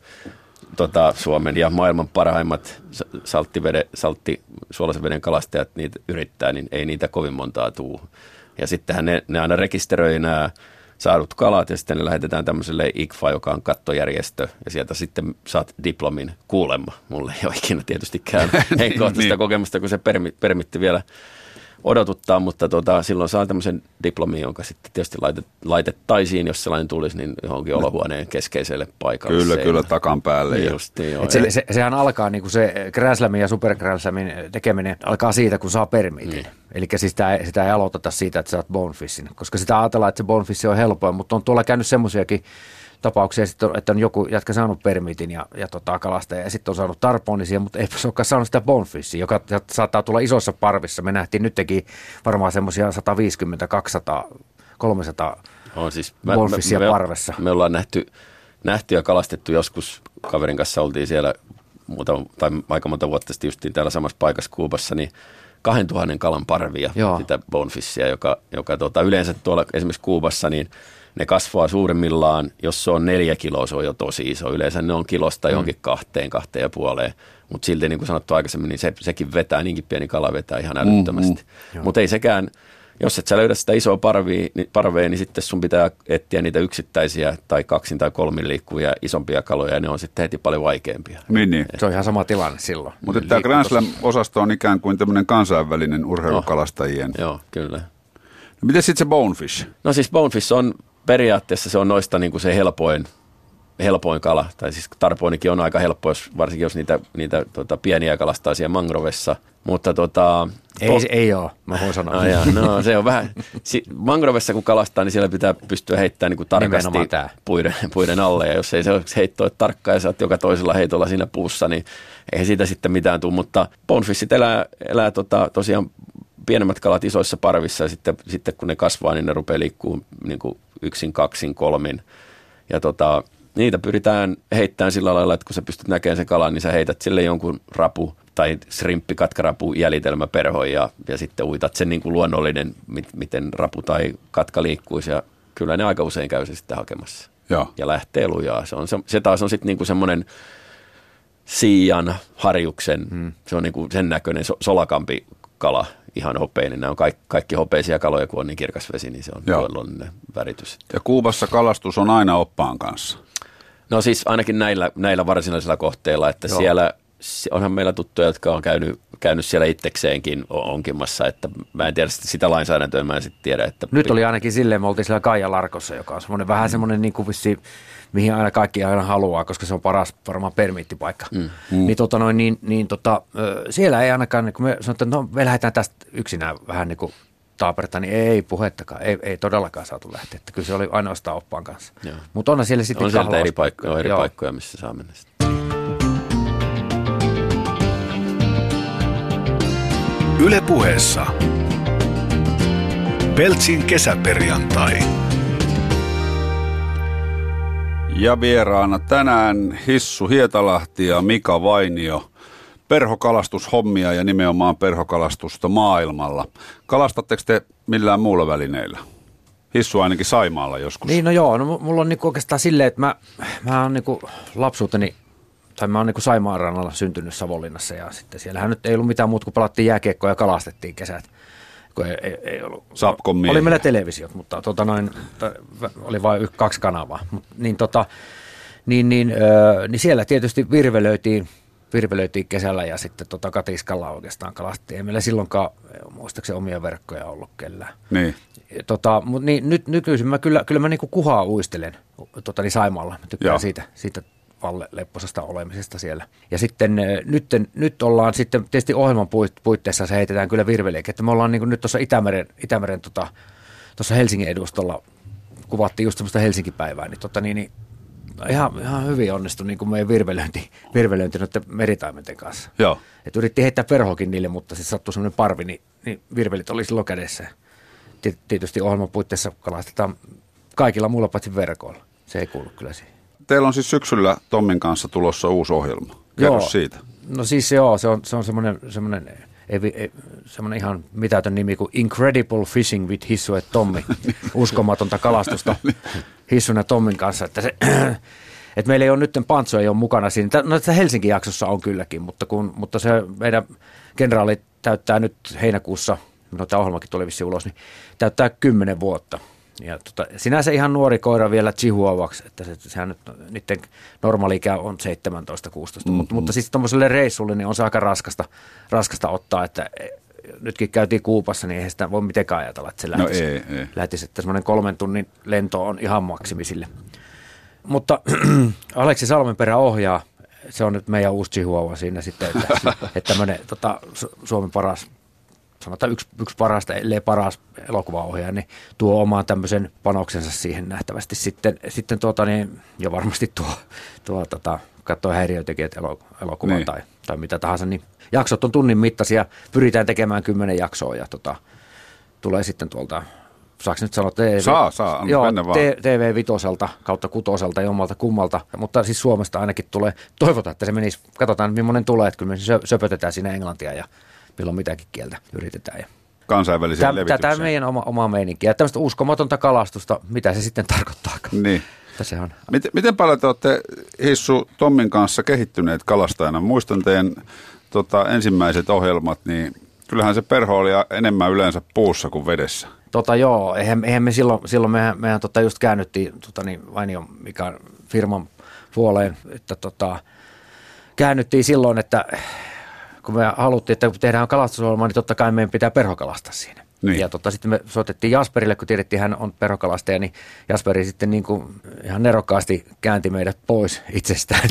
tota, Suomen ja maailman parhaimmat salttiveden, saltti, suolaisen veden kalastajat niitä yrittää, niin ei niitä kovin montaa tule. Ja sittenhän ne, ne aina rekisteröi nämä saadut kalat ja sitten ne lähetetään tämmöiselle I C F A, joka on kattojärjestö ja sieltä sitten saat diplomin kuulemma. Mulle ei ole ikinä tietystikään henkkohtaista niin. kokemusta, kun se permi, permitti vielä odotuttaa, mutta tota, silloin saa tämmöisen diplomin, jonka sitten tietysti laitet, laitettaisiin, jos sellainen tulisi, niin johonkin olohuoneen keskeiselle paikalle. Kyllä, seinä. Kyllä, takan päälle. Justiin, joo. Se, se, sehän alkaa, niin kuin se Grand Slamin ja Super Grand Slamin tekeminen alkaa siitä, kun saa permitin. Mm. Eli siis sitä ei, sitä ei aloiteta siitä, että saat bonefishin, koska sitä ajatellaan, että se bonefish on helpoin, mutta on tuolla käynyt semmoisiakin tapauksia, että on joku jätkä saanut permitin ja, ja tota, kalastaja ja sitten on saanut tarponisia, mutta ei se olekaan saanut sitä bonefishia, joka saattaa tulla isossa parvissa. Me nähtiin nytkin varmaan semmoisia sata viisikymmentä, kaksisataa, kolmesataa on siis bonefishia me, me, parvessa. Me ollaan nähty, nähty ja kalastettu joskus, kaverin kanssa oltiin siellä muutama, tai aika monta vuotta sitten justiin täällä samassa paikassa Kuubassa, niin kahdentuhannen kalan parvia, Joo. sitä bonefishia, joka, joka tota, yleensä tuolla esimerkiksi Kuubassa, niin ne kasvaa suurimmillaan, jos se on neljä kiloa, se on jo tosi iso. Yleensä ne on kilosta mm. jonkin kahteen, kahteen ja puoleen. Mutta silti, niin kuin sanottu aikaisemmin, niin se, sekin vetää, niinkin pieni kala vetää ihan älyttömästi. Mm, mm. Mutta ei sekään, jos et sä löydä sitä isoa parvia, niin, parvea, niin sitten sun pitää etsiä niitä yksittäisiä tai kaksin tai kolmin liikkuvia isompia kaloja, ja ne on sitten heti paljon vaikeampia. Niin, niin. Se on ihan sama tilanne silloin. Mutta tämä Grand Slam-osasto on ikään kuin tämmöinen kansainvälinen urheilukalastajien. Oh, joo, kyllä. No, miten sitten se bonefish? No siis bonefish on periaatteessa se on noista niin kuin se helpoin, helpoin kala, tai siis tarpoinikin on aika helppo, jos, varsinkin jos niitä, niitä tota, pieniä kalastaa siellä mangrovessa. Mutta tota... Ei, to... ei ole, mä voin sanoa. Ah, jaa, no se on vähän, si- mangrovessa kun kalastaa, niin siellä pitää pystyä heittämään niin kuin tarkasti puiden, puiden alle, ja jos ei se heitto ole tarkkaa ja sä oot joka toisella heitolla siinä puussa, niin eihän siitä sitten mitään tule, mutta bonfissit elää, elää tota, tosiaan pienemmät kalat isoissa parvissa, ja sitten, sitten kun ne kasvaa, niin ne rupeaa liikkumaan niin kuin yksin, kaksin, kolmin, ja tota, niitä pyritään heittämään sillä lailla, että kun sä pystyt näkemään sen kalan, niin sä heität sille jonkun rapu tai shrimppi, katkarapu, jäljitelmäperhon ja, ja sitten uitat sen niin kuin luonnollinen, mit, miten rapu tai katka liikkuisi, ja kyllä ne aika usein käy se sitten hakemassa. Joo. Ja lähtee lujaa. Se, on, se, se taas on sitten niin kuin semmoinen siian, harjuksen, hmm. se on niin kuin sen näköinen so, solakampi kala, ihan hopeinen. Nämä on kaikki, kaikki hopeisia kaloja, kun on niin kirkas vesi, niin se on luonnollinen väritys. Ja Kuubassa kalastus on aina oppaan kanssa. No siis ainakin näillä, näillä varsinaisilla kohteilla, että Joo. siellä onhan meillä tuttuja, jotka on käynyt, käynyt siellä itsekseenkin onkimassa, että mä en tiedä sitä lainsäädäntöä, mä en sitten tiedä. Että nyt oli ainakin silleen, me oltiin siellä Kaijalarkossa, joka on semmoinen vähän semmoinen niin kuin vissi, mihin aina kaikki aina haluaa, koska se on paras varmaan permittipaikka. Mm. Mm. Niin, tota noin, niin, niin tota, siellä ei ainakaan, kun me sanotaan, että no me lähdetään tästä yksinään vähän niin kuin taaperta, niin ei puhettakaan, ei, ei todellakaan saatu lähteä, että kyllä se oli ainoastaan oppaan kanssa. Mutta onhan siellä sitten on sieltä eri paikkoja, eri paikkoja, missä saa mennä sitten. Yle Puheessa Peltsin kesäperjantai. Ja vieraana tänään Hissu Hietalahti ja Mika Vainio. Perhokalastushommia ja nimenomaan perhokalastusta maailmalla. Kalastatteko te millään muulla välineillä? Hissu ainakin Saimaalla joskus. Niin, no joo. No, mulla on niinku oikeastaan silleen, että mä, mä oon niinku lapsuuteni, tai mä oon niinku Saimaan rannalla syntynyt Savonlinnassa, ja sitten siellähän nyt ei ollut mitään muuta kuin pelattiin jääkiekkoa ja kalastettiin kesät. Kun ei, ei, ei ollut. Sapkon miehiä. Oli meillä televisiot, mutta tota noin, oli vain kaksi kanavaa. Mut, niin, tota, niin, niin, öö, niin siellä tietysti virvelöitiin, virvelöitiin kesällä ja sitten tota katiskalla oikeastaan kalastettiin. Ei meillä silloinkaan muistaakseni omia verkkoja ollut kellään. Niin. Tota, mutta niin, nyt, nykyisin mä kyllä, kyllä mä niinku kuhaa uistelen tota, niin Saimaalla. Mä tykkään siitä, siitä Valle lepposasta olemisesta siellä. Ja sitten nyt, nyt ollaan sitten tietysti ohjelman puitteissa se heitetään kyllä virveliäkin, että me ollaan niin nyt tuossa Itämeren, Itämeren tuossa tota, Helsingin edustolla, kuvattiin just semmoista Helsinki-päivää, niin, tota, niin, niin ihan, ihan hyvin onnistui niin kuin meidän virvelöinti, virvelöinti noiden meritaimenten kanssa. Joo. Et yritti heittää perhokin niille, mutta sitten sattui semmoinen parvi, niin, niin virvelit oli silloin kädessä. Tietysti ohjelman puitteissa kalastetaan kaikilla muilla paitsi verkoilla. Se ei kuulu kyllä siihen. Teillä on siis syksyllä Tommin kanssa tulossa uusi ohjelma. Kerro joo. siitä. No siis joo, se on, se on semmoinen, semmoinen, ei, ei, semmoinen ihan mitätön nimi kuin Incredible Fishing with Hissu et Tommi. Uskomatonta kalastusta Hissun ja Tommin kanssa. Että, se, että meillä ei ole nyt Pantso ei ole mukana siinä. No tässä Helsingin jaksossa on kylläkin, mutta, kun, mutta se meidän kenraali täyttää nyt heinäkuussa, no tämä ohjelmakin tuli vissiin ulos, niin täyttää kymmenen vuotta. Ja tota, sinänsä ihan nuori koira vielä chihuahuaksi, että se, sehän nyt, niiden normaali ikä on seitsemäntoista kuusitoista, mm-hmm. mutta, mutta siis tuommoiselle reissulle niin on se aika raskasta, raskasta ottaa, että nytkin käytiin Kuubassa, niin eihän sitä voi mitenkään ajatella, että se lähtisi, no ei, ei. lähtisi että semmoinen kolmen tunnin lento on ihan maksimisille. Mutta Aleksi Salmenperä ohjaa, se on nyt meidän uusi chihuahua siinä sitten, että, että tämmöinen tota, Suomen paras, sanotaan yksi, yksi parasta, ellei paras elokuvaohjaaja, niin tuo omaan tämmöisen panoksensa siihen nähtävästi sitten, sitten tuota niin, ja varmasti tuo, tuo tota, katsoo häiriötekijät elokuvan niin. tai, tai mitä tahansa, niin jaksot on tunnin mittaisia, pyritään tekemään kymmenen jaksoa ja tota, tulee sitten tuolta, saako nyt sanoa, T V, saa, saa, joo, T V Vitoselta kautta Kutoselta jommalta kummalta, mutta siis Suomesta ainakin tulee, toivotaan, että se menisi, katsotaan millainen tulee, että kyllä me söpötetään siinä englantia ja milloin mitäkin kieltä yritetään. Ja kansainväliseen levitykseen. Tämä meidän oma, oma meininki. Ja tämmöistä uskomatonta kalastusta, mitä se sitten tarkoittaakaan. Niin. Se on. Miten, miten paljon te olette Hissu Tommin kanssa kehittyneet kalastajana? Muistan teidän tota, ensimmäiset ohjelmat, niin kyllähän se perho oli enemmän yleensä puussa kuin vedessä. Tota joo, eihän, eihän me silloin, silloin mehän, mehän tota just käännyttiin tota niin, Vainio Mikan firman puoleen, että tota, käännyttiin silloin, että kun me haluttiin, että kun tehdään kalastusohjelma, niin totta kai meidän pitää perhokalastaa siinä. Niin. Ja tota, sitten me soitettiin Jasperille, kun tiedettiin, hän on perhokalastaja, niin Jasperi sitten niin kuin ihan nerokkaasti käänti meidät pois itsestään.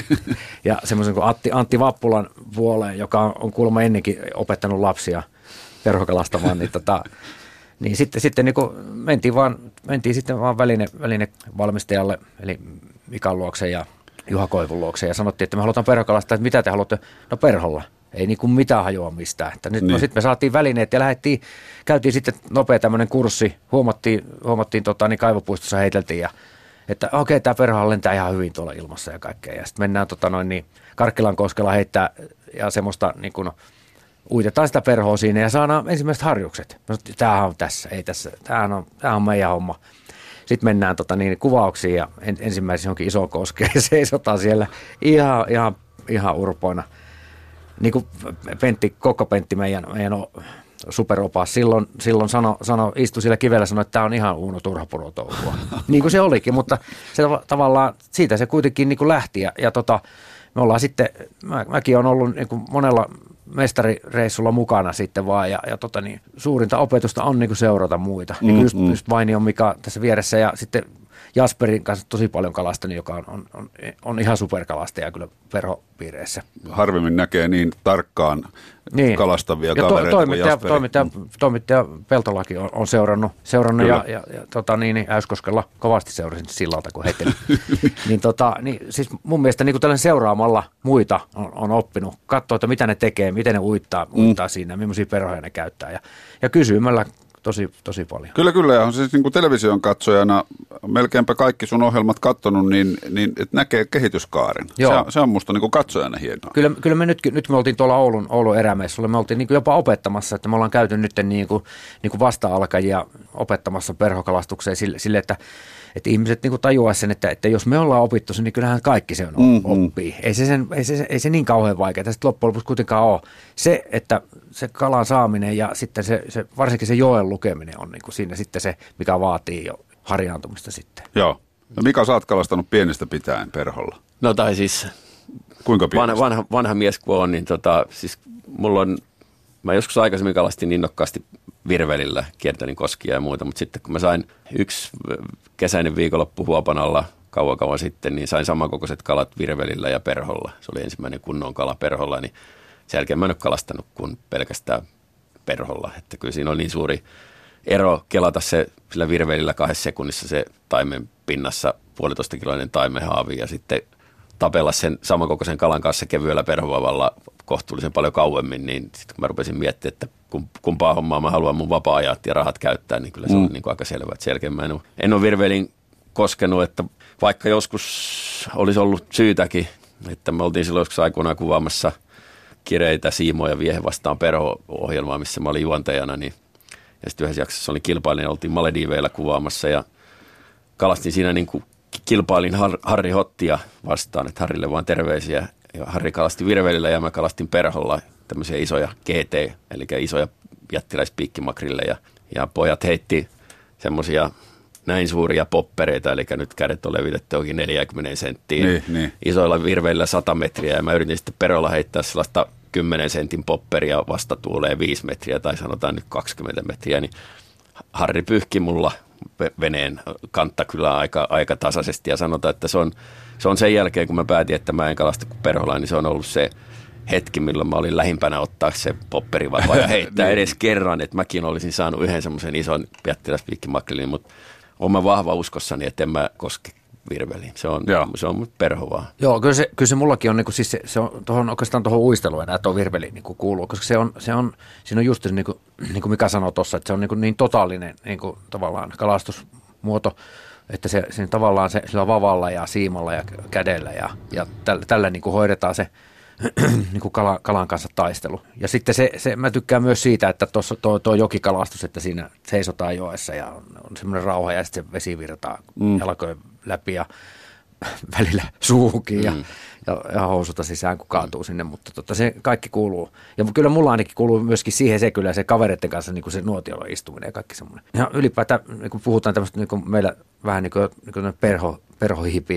Ja semmoisen kuin Antti, Antti Vappulan puoleen, joka on, on kuulemma ennenkin opettanut lapsia perhokalastamaan, niin, tota, niin sitten, sitten niin kuin mentiin, vaan, mentiin sitten vaan väline, välinevalmistajalle, eli Mikan luokse ja Juha Koivun luokse, ja sanottiin, että me halutaan perhokalastaa, että mitä te haluatte? No perholla. Ei niin kuin mitään hajoa mistään. Että nyt, niin. No sitten me saatiin välineet ja lähdettiin, käytiin sitten nopea tämmöinen kurssi, huomattiin, huomattiin tota, niin kaivopuistossa heiteltiin ja että okei, okay, tämä perhohan lentää ihan hyvin tuolla ilmassa ja kaikkea. Ja sitten mennään tota, noin, niin Karkkilan koskella heittää ja semmoista niin kuin, uitetaan sitä perhoa siinä ja saadaan ensimmäiset harjukset. No, tämähän on tässä, ei tässä, tämähän on, tämähän on meidän homma. Sitten mennään tota, niin, kuvauksiin ja en, ensimmäisenä johonkin isoon koskeen ja seisotaan siellä ihan, ihan, ihan urpoina. Niin kuin Pentti, koko Pentti, meidän, meidän superopas, silloin, silloin sano, sano, istui siellä kivellä ja sanoi, että tämä on ihan Uuno turhapurotouhua. Niin kuin se olikin, mutta se tavallaan siitä se kuitenkin niin kuin lähti. Ja, ja tota, me ollaan sitten, mä, mäkin olen ollut niin kuin monella mestarireissulla mukana sitten vaan, ja, ja tota niin, suurinta opetusta on niin kuin seurata muita. Mm, niin kuin just, mm. just Vainion Mika tässä vieressä ja sitten Jasperin kanssa tosi paljon kalastanut, joka on, on, on, on ihan superkalastaja kyllä perhopiireissä. Harvemmin näkee niin tarkkaan niin. kalastavia ja kavereita to, toimittaja, kuin Jasperi. Toimittaja, toimittaja Peltolakin on, on seurannut, seurannut ja, ja, ja tota, niin, niin, Äyskoskella kovasti seurasin sillalta, kun heittelin. niin, tota, niin, siis mun mielestä niin tällainen seuraamalla muita on, on oppinut, katsoa, että mitä ne tekee, miten ne uittaa, mm. uittaa siinä, millaisia perhoja ne käyttää ja, ja kysymällä. Tosi, tosi paljon. Kyllä, kyllä. Ja on siis niin kuin television katsojana melkeinpä kaikki sun ohjelmat katsonut, niin, niin et näkee kehityskaaren. Se on, se on musta niin kuin katsojana hienoa. Kyllä, kyllä me nyt, nyt me oltiin tuolla Oulun, Oulun erämessulla, me oltiin niin kuin jopa opettamassa, että me ollaan käyty nyt niin kuin, niin kuin vasta-alkajia opettamassa perhokalastukseen sille, sille että että ihmiset niin tajuaisivat sen, että, että jos me ollaan opittu sen, niin kyllähän kaikki se on mm-hmm. oppii. Ei se, sen, ei, se, ei se niin kauhean vaikeaa. Tästä loppujen lopuksi kuitenkaan ole. Se, että se kalan saaminen ja sitten se, se varsinkin se joen lukeminen on niin kuin siinä sitten se, mikä vaatii jo harjaantumista sitten. Joo. No Mika, sä oot kalastanut pienestä pitäen perholla. No tai siis kuinka vanha, vanha, vanha mies kun on, niin tota, siis mulla on, mä joskus aikaisemmin kalastin innokkaasti virvelillä, kiertelin koskia ja muuta, mutta sitten kun mä sain yksi kesäinen viikonloppu Huopanalla kauan kauan sitten, niin sain samankokoiset kalat virvelillä ja perholla. Se oli ensimmäinen kunnon kala perholla, niin sen jälkeen mä en ole kalastanut kuin pelkästään perholla. Että kyllä siinä on niin suuri ero kelata se sillä virvelillä kahdessa sekunnissa se taimen pinnassa puolitoista kiloinen taimenhaavi ja sitten tapella sen samankokoisen kalan kanssa kevyellä perhovavalla kohtuullisen paljon kauemmin, niin sitten kun mä rupesin miettimään, että kumpaa hommaa mä haluan mun vapaa-ajat ja rahat käyttää, niin kyllä se mm. on niin kuin aika selvä. Että sen jälkeen mä en ole, en ole virvelin koskenut, että vaikka joskus olisi ollut syytäkin, että me oltiin silloin joskus aikoinaan kuvaamassa kireitä Siimoja Viehe vastaan perho-ohjelmaa, missä mä olin juontajana, niin ja sitten yhdessä jaksossa oli kilpailin, oltiin Malediiveillä kuvaamassa ja kalastin siinä niin kuin kilpailin Har- Harri Hottia vastaan, että Harrille vaan terveisiä. Ja Harri kalasti virvelillä ja mä kalastin perholla tämmöisiä isoja G T, eli isoja jättiläispiikkimakrille. Ja, ja pojat heitti semmoisia näin suuria poppereita, eli nyt kädet on levitetty onkin neljäkymmentä senttiin. Niin, niin. Isoilla virveillä sata metriä ja mä yritin sitten perholla heittää sellaista kymmenen sentin popperia vastatuuleen viisi metriä tai sanotaan nyt kaksikymmentä metriä, niin Harri pyyhki mulla veneen kantta kyllä aika, aika tasaisesti ja sanotaan, että se on, se on sen jälkeen, kun mä päätin, että mä en kalasta kuin perholla, niin se on ollut se hetki, milloin mä olin lähimpänä ottaa se popperi vai ja heittää edes kerran, että mäkin olisin saanut yhden semmoisen ison jättiläispiikkimakrelin, mutta olen mä vahva uskossani, että en mä koske virveliin. Se on, se on perho vaan. Joo, kyllä se, kyllä se mullakin on, niin kuin, siis se, se on tohon, oikeastaan tuohon uisteluun enää tuo virveli niin kuin kuuluu, koska se on, se on, siinä on just niin kuin, niin kuin Mika sanoi tuossa, että se on niin, kuin niin totaalinen niin kuin tavallaan kalastusmuoto, että se, se tavallaan se, sillä vavalla ja siimalla ja kädellä ja, ja tällä, tällä niin kuin hoidetaan se niin kuin kala, kalan kanssa taistelu. Ja sitten se, se, mä tykkään myös siitä, että tuossa tuo, tuo jokikalastus, että siinä seisotaan joessa ja on, on semmoinen rauha ja sitten se vesi virtaa mm. jalkojen läpi ja välillä suuhunkin mm. ja, ja, ja housuta sisään, kun kaatuu sinne, mutta tota, se kaikki kuuluu. Ja kyllä mulla ainakin kuuluu myöskin siihen se kyllä se kavereiden kanssa niin kuin se nuotiolla istuminen ja kaikki semmoinen. Ja ylipäätään, niin kun puhutaan tämmöistä niin kuin meillä vähän niin kuin, niin kuin perho, perhohipit,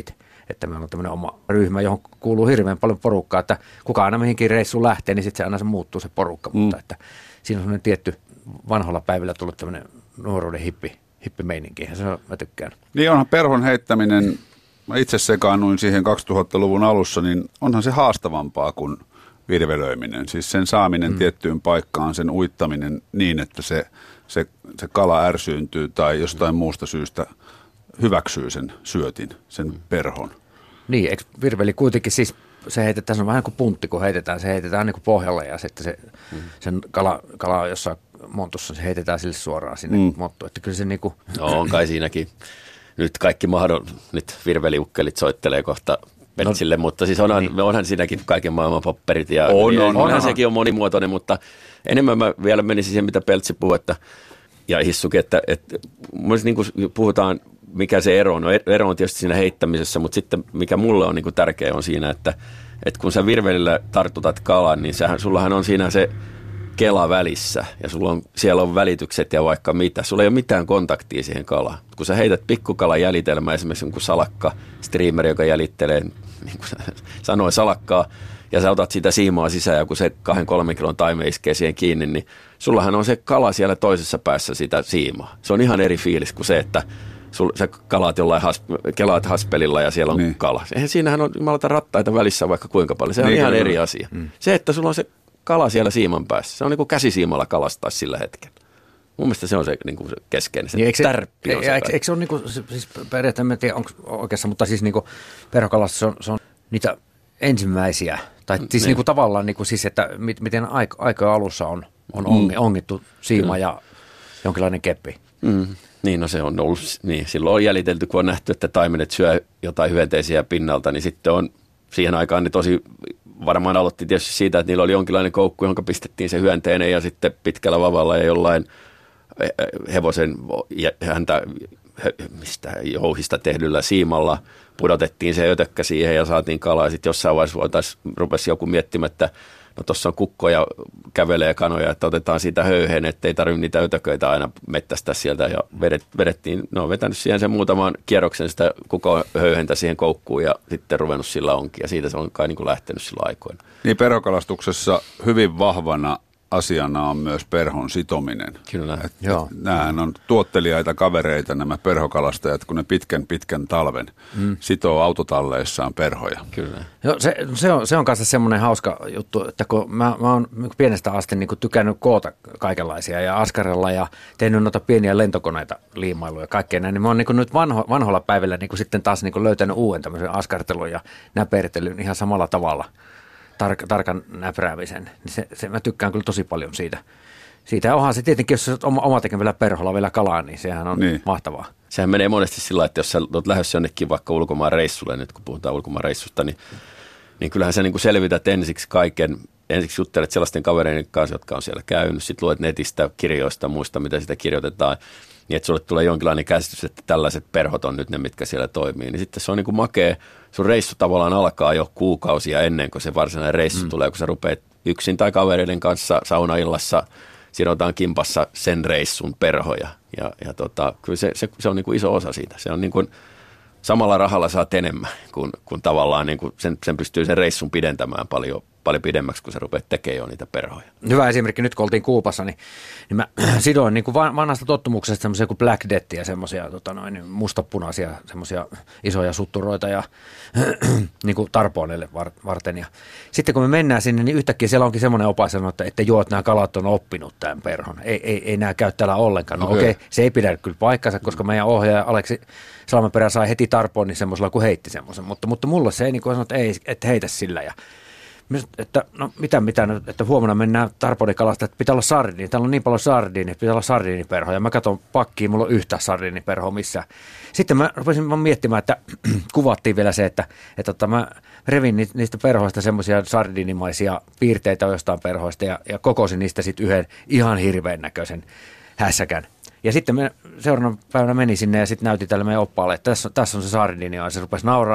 että meillä on tämmöinen oma ryhmä, johon kuuluu hirveän paljon porukkaa, että kuka aina mihinkin reissuun lähtee, niin sitten se aina se muuttuu se porukka, mm. mutta että siinä on semmoinen tietty vanhoilla päivillä tullut tämmöinen nuoruuden hippi, hippimeininki, ja se on, mä tykkään. Niin onhan perhon heittäminen, mä itse sekaannuin siihen kaksituhattaluvun alussa, niin onhan se haastavampaa kuin virvelöiminen. Siis sen saaminen mm. tiettyyn paikkaan, sen uittaminen niin, että se, se, se kala ärsyyntyy tai jostain muusta syystä hyväksyy sen syötin, sen perhon. Niin, eikö virveli kuitenkin siis, se heitetään, se on vähän kuin puntti, kun heitetään, se heitetään niin kuin pohjalle ja sitten se, mm. sen kala, kala on jossain montussa, se heitetään sille suoraan sinne mm. monttuun, että kyllä se niin kuin... No on kai siinäkin. Nyt kaikki mahdollinen, nyt virveliukkelit soittelee kohta Peltsille, no, mutta siis onhan, niin. onhan siinäkin kaiken maailman popperit ja on, on, onhan onhan. sekin on monimuotoinen, mutta enemmän mä vielä menisin siihen, mitä Peltsi puhui, että, ja Hissukin, että, että niin kuin puhutaan, mikä se ero on. No ero on tietysti siinä heittämisessä, mutta sitten mikä mulle on niin kuin tärkeä on siinä, että, että kun sä virvelillä tartutat kalan, niin sähän, sullahan on siinä se kela välissä ja sulla on, siellä on välitykset ja vaikka mitä. Sulla ei ole mitään kontaktia siihen kalaan. Kun sä heität pikkukalan jäljitelmää, esimerkiksi jonkun salakka, streameri, joka jäljittelee, niin kuin sanoin, salakkaa, ja sä otat sitä siimaa sisään, ja kun se kahden kolmen kilon taime iskee siihen kiinni, niin sullahan on se kala siellä toisessa päässä sitä siimaa. Se on ihan eri fiilis kuin se, että sul, sä kalaat jollain has, kelaat haspelilla ja siellä on niin. kala. Eihän siinähän on jumalata rattaita välissä vaikka kuinka paljon. Se on niin, ihan eri asia. Mm. Se, että sulla on se kala siellä siiman päässä, se on niin kuin käsisiimalla kalastaa sillä hetkellä. Mun mielestä se on se, niin kuin se keskeinen, se niin, tärppi on se. Eikö, eikö se ole niin kuin, siis periaatteessa, en tiedä onko oikeassa, mutta siis niin kuin perhokalastus on, se on niitä ensimmäisiä, tai siis niin. Niin kuin tavallaan niin kuin siis, että miten aika, aika alussa on, on mm. ongittu siima Kyllä. ja jonkinlainen keppi. Mm. Niin, no se on ollut, niin silloin on jäljitelty, kun on nähty, että taimenet syö jotain hyönteisiä pinnalta, niin sitten on siihen aikaan niin tosi varmaan aloitti tietysti siitä, että niillä oli jonkinlainen koukku, jonka pistettiin se hyönteinen ja sitten pitkällä vavalla ja jollain hevosen häntä mistä jouhista tehdyllä siimalla pudotettiin se ötökkä siihen ja saatiin kalaa. Sitten jossain vaiheessa rupesi joku miettimään, että no tuossa on kukkoja, kävelee kanoja, että otetaan siitä höyheen, ettei tarvitse niitä ötököitä aina mettästä sieltä. Ja vedettiin, ne on vetänyt siihen sen muutaman kierroksen sitä kukon höyhentä siihen koukkuun ja sitten ruvennut sillä onkin. Ja siitä se on kai niin kuin lähtenyt sillä aikoina. Niin perhokalastuksessa hyvin vahvana asiana on myös perhon sitominen. Kyllä. Et, et nämähän on tuottelijaita kavereita nämä perhokalastajat, kun ne pitkän pitkän talven mm. sitoo autotalleissaan perhoja. Kyllä. Joo, se, se on se on kanssa semmoinen hauska juttu, että kun mä, mä oon pienestä asti niin kuin tykännyt koota kaikenlaisia ja askarella ja tehnyt noita pieniä lentokoneita liimailuja ja kaikkea näin, niin mä oon niin kuin nyt vanho, vanhoilla päivillä niin kuin sitten taas niin kuin löytänyt uuden tämmöisen askartelun ja näpertelyn ihan samalla tavalla. Tark, tarkan näpräämisen, niin se, se, mä tykkään kyllä tosi paljon siitä. Siitä ja onhan se tietenkin, jos sä oma, oma tekemään vielä perholla vielä kalaa, niin sehän on niin. mahtavaa. Sehän menee monesti sillä lailla, että jos sä oot lähdössä jonnekin vaikka ulkomaan reissulle, nyt kun puhutaan ulkomaan reissusta, niin, niin kyllähän sä niin kuin selvität ensiksi kaiken, ensiksi juttelet sellaisten kavereiden kanssa, jotka on siellä käynyt, sitten luet netistä, kirjoista, muista, mitä sitä kirjoitetaan, niin että sulle tulee jonkinlainen käsitys, että tällaiset perhot on nyt ne, mitkä siellä toimii. Niin sitten se on niin kuin makea, sun reissu tavallaan alkaa jo kuukausia ennen kuin se varsinainen reissu mm. tulee, kun sä rupeat yksin tai kavereiden kanssa saunaillassa, sidotaan kimpassa sen reissun perhoja. Ja, ja tota, kyllä se, se, se on niin kuin iso osa siitä. Se on niin kuin, samalla rahalla saat enemmän, kun, kun tavallaan niin kuin sen, sen pystyy sen reissun pidentämään paljon, paljon pidemmäksi, kun sä rupeat tekemään jo niitä perhoja. Hyvä esimerkki, nyt kun oltiin Kuupassa, niin, niin mä sidoin niin kuin vanhasta tottumuksesta semmoisia kuin Black Deathia, semmoisia tota noin, mustapunaisia, semmoisia isoja sutturoita ja niin kuin tarpoonille varten. Ja sitten kun me mennään sinne, niin yhtäkkiä siellä onkin semmoinen opas sanoo, että, että joo, että nämä kalat on oppinut tämän perhon. Ei, ei, ei nämä käy täällä ollenkaan. No okei, okay. okay, se ei pidä kyllä paikkansa, koska meidän ohjaaja Aleksi Salmenperä sai heti tarpoon semmoisella, kun heitti semmoisen. Mutta, mutta mulle se ei niin kuin sanoo, että ei, että heitä sillä ja että no mitä, mitä että huomenna mennään tarponikalasta, että pitää olla sardiini. Täällä on niin paljon sardiini, että pitää olla sardiiniperhoja. Mä katson pakkiin, mulla on yhtä sardiiniperhoa missään. Sitten mä rupesin vaan miettimään, että kuvattiin vielä se, että, että, että mä revin niistä perhoista semmoisia sardiinimaisia piirteitä jostain perhoista ja, ja kokosin niistä sitten yhden ihan hirveän näköisen hässäkän. Ja sitten me seuraavana päivänä meni sinne ja sitten näytin tälle meidän oppaalle, että tässä, tässä on se sardiini ja se rupesi nauraa.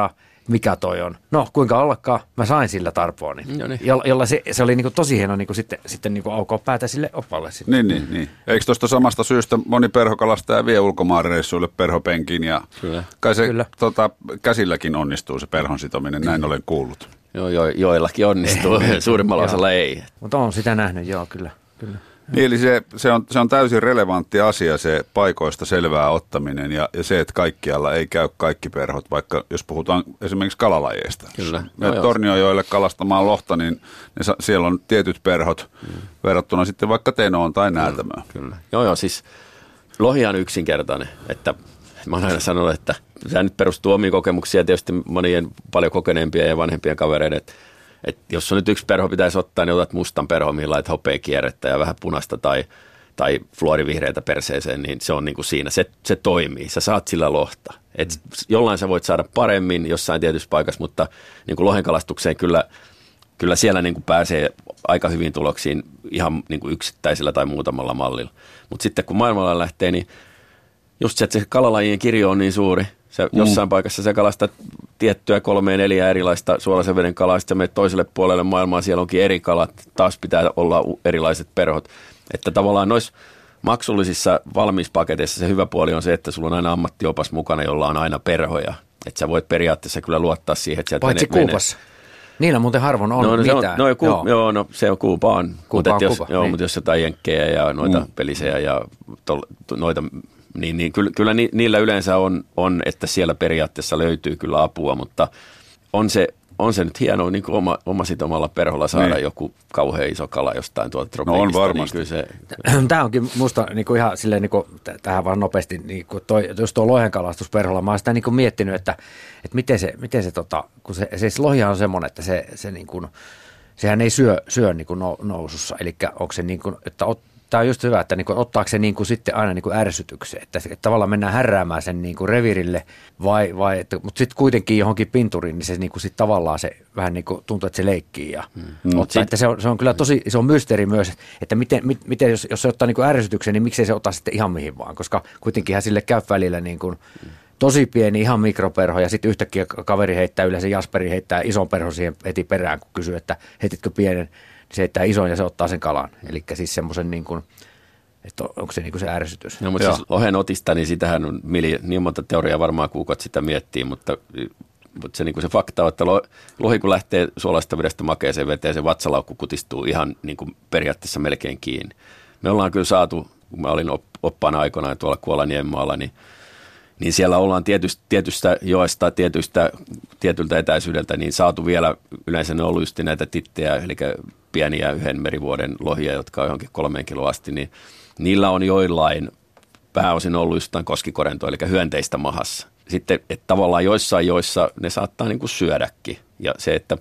mikä toi on. No, kuinka ollakaan, mä sain sillä tarpooni, no niin. jolla, jolla se, se oli niinku tosi hieno niinku sitten, sitten niinku aukoa päätä sille opalle. Sitten. Niin, niin, niin. Eikö tuosta samasta syystä moni perhokalastaja vie ulkomaanreissuille perhopenkin ja Kyllä. kai se Kyllä. Tota, käsilläkin onnistuu se perhon sitominen, näin olen kuullut. Joo, jo, joillakin onnistuu, suurimmalla osalla ei. Mutta on sitä nähnyt, joo, kyllä. kyllä. Niin, eli se, se, on, se on täysin relevantti asia, se paikoista selvää ottaminen ja, ja se, että kaikkialla ei käy kaikki perhot, vaikka jos puhutaan esimerkiksi kalalajeista. Kyllä. No, Tornionjoelle kalastamaan lohta, niin ne, siellä on tietyt perhot mm. verrattuna sitten vaikka Tenoon tai Näätämöön. Kyllä, kyllä. Joo, joo, siis lohi on yksinkertainen, että mä oon aina sanonut, että se nyt perustuu omiin kokemuksia ja tietysti monien paljon kokeneempien ja vanhempien kavereiden, että että jos on nyt yksi perho pitäisi ottaa, niin otat mustan perho, mihin laitat hopeakierrettä ja vähän punaista tai, tai fluorivihreitä perseeseen, niin se on niin kuin siinä. Se, se toimii. Sä saat sillä lohta. Et mm. jollain sä voit saada paremmin jossain tietyssä paikassa, mutta niin kuin lohenkalastukseen kyllä, kyllä siellä niin kuin pääsee aika hyvin tuloksiin ihan niin kuin yksittäisellä tai muutamalla mallilla. Mutta sitten kun maailmalla lähtee, niin just se, että se kalalajien kirjo on niin suuri. Se, mm. Jossain paikassa sä kalastat tiettyä kolmea, neljää erilaista suolaisen veden kalaa, sitten sä menet toiselle puolelle maailmaa, siellä onkin eri kalat, taas pitää olla erilaiset perhot. Että tavallaan noissa maksullisissa valmiispaketeissa se hyvä puoli on se, että sulla on aina ammattiopas mukana, jolla on aina perhoja. Että sä voit periaatteessa kyllä luottaa siihen, että sieltä paitsi menee. Kuupassa. Niillä muuten harvoin on no, no, mitään. Se on, no, ku, joo. joo, no se on Kuupa on. Kuupa mutta on jos, Kuupa, joo, niin. mutta jos jotain jenkkejä ja noita mm. pelisejä ja to, to, noita... Niin, niin kyllä, kyllä ni, niillä yleensä on, on, että siellä periaatteessa löytyy kyllä apua, mutta on se, on se nyt hienoa niin kuin oma, oma sitomalla perholla saada niin. joku kauhean iso kala jostain tuolta tropeikista. No on varmasti. Niin se, Tämä onkin musta niin kuin ihan silleen, niin kuin, tähän vaan nopeasti, niin kuin toi, jos tuo lohenkalastusperholla, mä oon sitä niin kuin miettinyt, että, että miten se, miten se, tota, kun se, se lohihan on semmoinen, että se, se niin kuin, sehän ei syö, syö niin kuin nousussa, eli onko se niin kuin, että ot, tämä on just hyvä, että niinku, ottaako se niinku sitten aina niinku ärsytykseen, että, että tavallaan mennään härräämään sen niinku revirille, vai, vai että, mutta sitten kuitenkin johonkin pinturiin, niin se niinku sit tavallaan se vähän niinku tuntuu, että se leikkii. Ja mm. ottaa, että se, on, se on kyllä tosi iso mysteeri myös, että miten, mit, miten jos, jos se ottaa niinku ärsytykseen, niin miksei se ottaa sitten ihan mihin vaan, koska kuitenkinhan sille käy välillä niinku tosi pieni, ihan mikroperho, ja sitten yhtäkkiä kaveri heittää, yleensä Jasperi heittää ison perhon siihen heti perään, kun kysyy, että heititkö pienen, se heittää ison ja se ottaa sen kalan. Eli siis semmoisen, niin kuin, että onko se niin kuin se ärsytys. No, mutta siis lohen otista, niin sitähän on mili, niin monta teoriaa varmaan kuukot sitä miettii, mutta, mutta se, niin kuin se fakta on, että lohi kun lähtee suolaista vedestä makeeseen veteen, se vatsalaukku kutistuu ihan niin kuin periaatteessa melkein kiinni. Me ollaan kyllä saatu, kun mä olin oppaana aikoinaan tuolla Kuolaniemmaalla, niin niin siellä ollaan tietystä, tietystä joesta, tietystä, tietyltä etäisyydeltä, niin saatu vielä, yleensä ne on ollut just näitä tittejä, eli pieniä yhden merivuoden lohia, jotka on johonkin kolmeen kiloa asti, niin niillä on joillain pääosin ollut just koskikorentoa, eli hyönteistä mahassa. Sitten, että tavallaan joissain joissa ne saattaa niin kuin syödäkin, ja se, että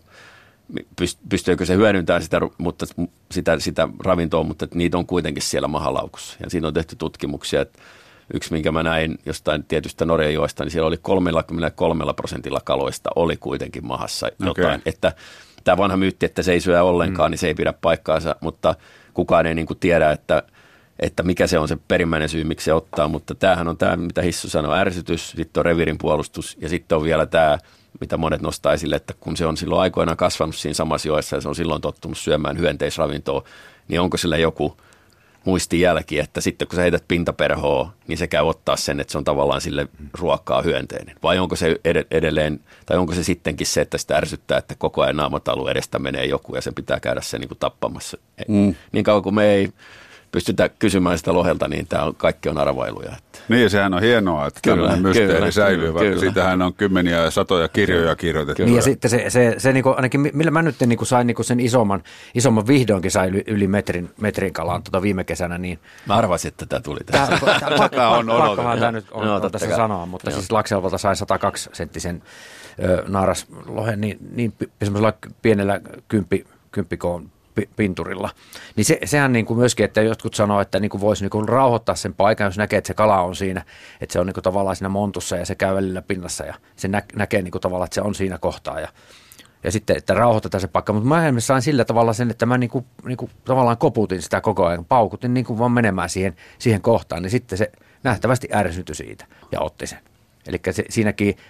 pystyykö se hyödyntämään sitä, mutta sitä, sitä ravintoa, mutta niitä on kuitenkin siellä mahalaukussa, ja siinä on tehty tutkimuksia, että yksi, minkä mä näin jostain tietystä Norjan joesta, niin siellä oli kolmekymmentäkolme prosentilla kaloista oli kuitenkin mahassa jotain. Okay. Että tämä vanha myytti, että se ei syö ollenkaan, mm. niin se ei pidä paikkaansa, mutta kukaan ei niin kuin tiedä, että, että mikä se on se perimmäinen syy, miksi se ottaa. Mutta tämähän on tämä, mitä Hissu sanoi, ärsytys, sitten on reviirin puolustus ja sitten on vielä tämä, mitä monet nostaa esille, että kun se on silloin aikoinaan kasvanut siinä samassa joessa ja se on silloin tottunut syömään hyönteisravintoa, niin onko sillä joku muistijälki, että sitten kun sä heität pintaperhoa, niin se käy ottaa sen, että se on tavallaan sille ruokaa hyönteinen. Vai onko se edelleen, tai onko se sittenkin se, että sitä ärsyttää, että koko ajan naamatalu edestä menee joku ja sen pitää käydä se niin kuin tappamassa. Mm. Niin kauan kuin me ei pystytä kysymään sitä lohelta, niin tämä on, kaikki on arvailuja. Että. Niin, sehän on hienoa, että kyllä, tämmöinen mysteeri kyllä, säilyy, kyllä, vaikka kyllä. Siitähän on kymmeniä ja satoja kirjoja kirjoitettu. Niin ja sitten se, se, se niin kuin, ainakin millä mä nyt niin kuin sain niin kuin sen isomman, isomman vihdoinkin sain yli, yli metrin, metrin kalaan tuota viime kesänä. Niin mä arvasin, että tämä tuli tässä. Tämä on pakkohan tämä nyt on, no, on tässä sanoa, mutta joo. Siis Lakselvalta sain sata kaksi senttisen ö, naaraslohen niin, niin semmoisella pienellä kymppi, kymppikoon pinturilla. Niin se, sehän niin kuin myöskin, että jotkut sanoo, että niin kuin voisi niin kuin rauhoittaa sen paikan, jos näkee, että se kala on siinä, että se on niin kuin tavallaan siinä montussa ja se käy välillä pinnassa ja se nä- näkee niin kuin tavallaan, että se on siinä kohtaa ja, ja sitten, että rauhoitetaan se paikka. Mutta mä sain sillä tavalla sen, että mä niin kuin, niin kuin tavallaan koputin sitä koko ajan, paukutin niin kuin vaan menemään siihen, siihen kohtaan, niin sitten se nähtävästi ärsytyi siitä ja otti sen. Eli se, siinäkin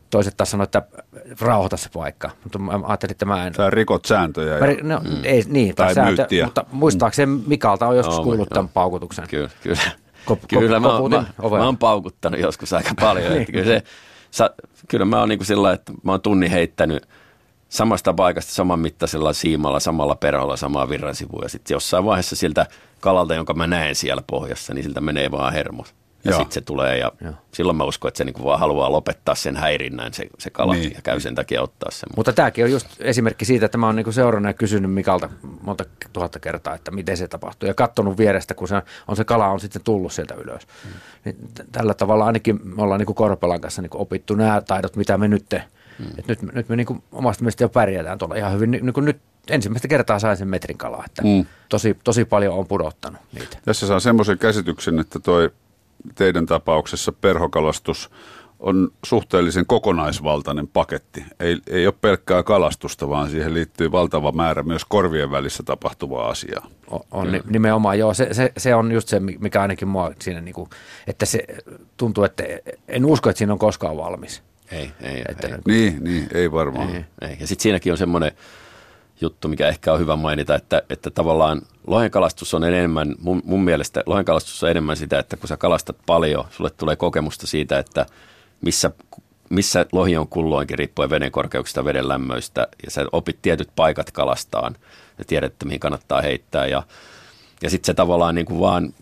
toiset taas sanoo, että rauhoita se paikka. Mutta mä ajattelin, että mä en... Sä rikot sääntöjä. Ja... Mä, no, mm. ei, niin, tai sääntö, myyttiä. Mutta muistaakseni Mikalta on joskus no, kuullut tämän paukutuksen. Kyllä, kyllä. Kop, kyllä kop, mä, oon, mä, mä oon paukuttanut joskus aika paljon. niin. kyllä, se, sa, kyllä mä oon niin kuin sillä, että mä oon tunnin heittänyt samasta paikasta saman mittaisella siimalla, samalla perholla, samaa virransivuja. Ja sitten jossain vaiheessa siltä kalalta, jonka mä näen siellä pohjassa, niin siltä menee vaan hermo. Ja sitten se tulee ja Joo. silloin mä uskon, että se niinku vaan haluaa lopettaa sen häirinnän se, se kala niin. ja käy sen takia ottaa sen. Mutta tämäkin on just esimerkki siitä, että mä oon niinku seurannut ja kysynyt Mikalta monta tuhatta kertaa, että miten se tapahtuu. Ja katsonut vierestä, kun se, on se kala on sitten tullut sieltä ylös. Hmm. Niin tällä tavalla ainakin me ollaan niinku Korpelan kanssa niinku opittu nämä taidot, mitä me nyt te. Hmm. Et nyt, nyt me niinku omasta mielestä jo pärjätään tuolla ihan hyvin. Niinku nyt ensimmäistä kertaa sain sen metrin kalaa, että hmm. tosi, tosi paljon on pudottanut niitä. Tässä saa semmoisen käsityksen, että toi teidän tapauksessa perhokalastus on suhteellisen kokonaisvaltainen paketti. Ei, ei ole pelkkää kalastusta, vaan siihen liittyy valtava määrä myös korvien välissä tapahtuvaa asiaa. On, on nimenomaan, joo. Se, se, se on just se, mikä ainakin mua siinä, niin kuin, että se tuntuu, että en usko, että siinä on koskaan valmis. Ei, ei. Että ei. Niin, niin, ei varmaan. Ei, ei. Ja sitten siinäkin on semmoinen juttu, mikä ehkä on hyvä mainita, että, että tavallaan lohenkalastus on enemmän, mun, mun mielestä lohenkalastus on enemmän sitä, että kun sä kalastat paljon, sulle tulee kokemusta siitä, että missä, missä lohi on kulloinkin riippuen veden korkeuksista, veden lämmöistä, ja sä opit tietyt paikat kalastaan ja tiedät, että mihin kannattaa heittää, ja, ja sitten sä tavallaan niin kuin vaan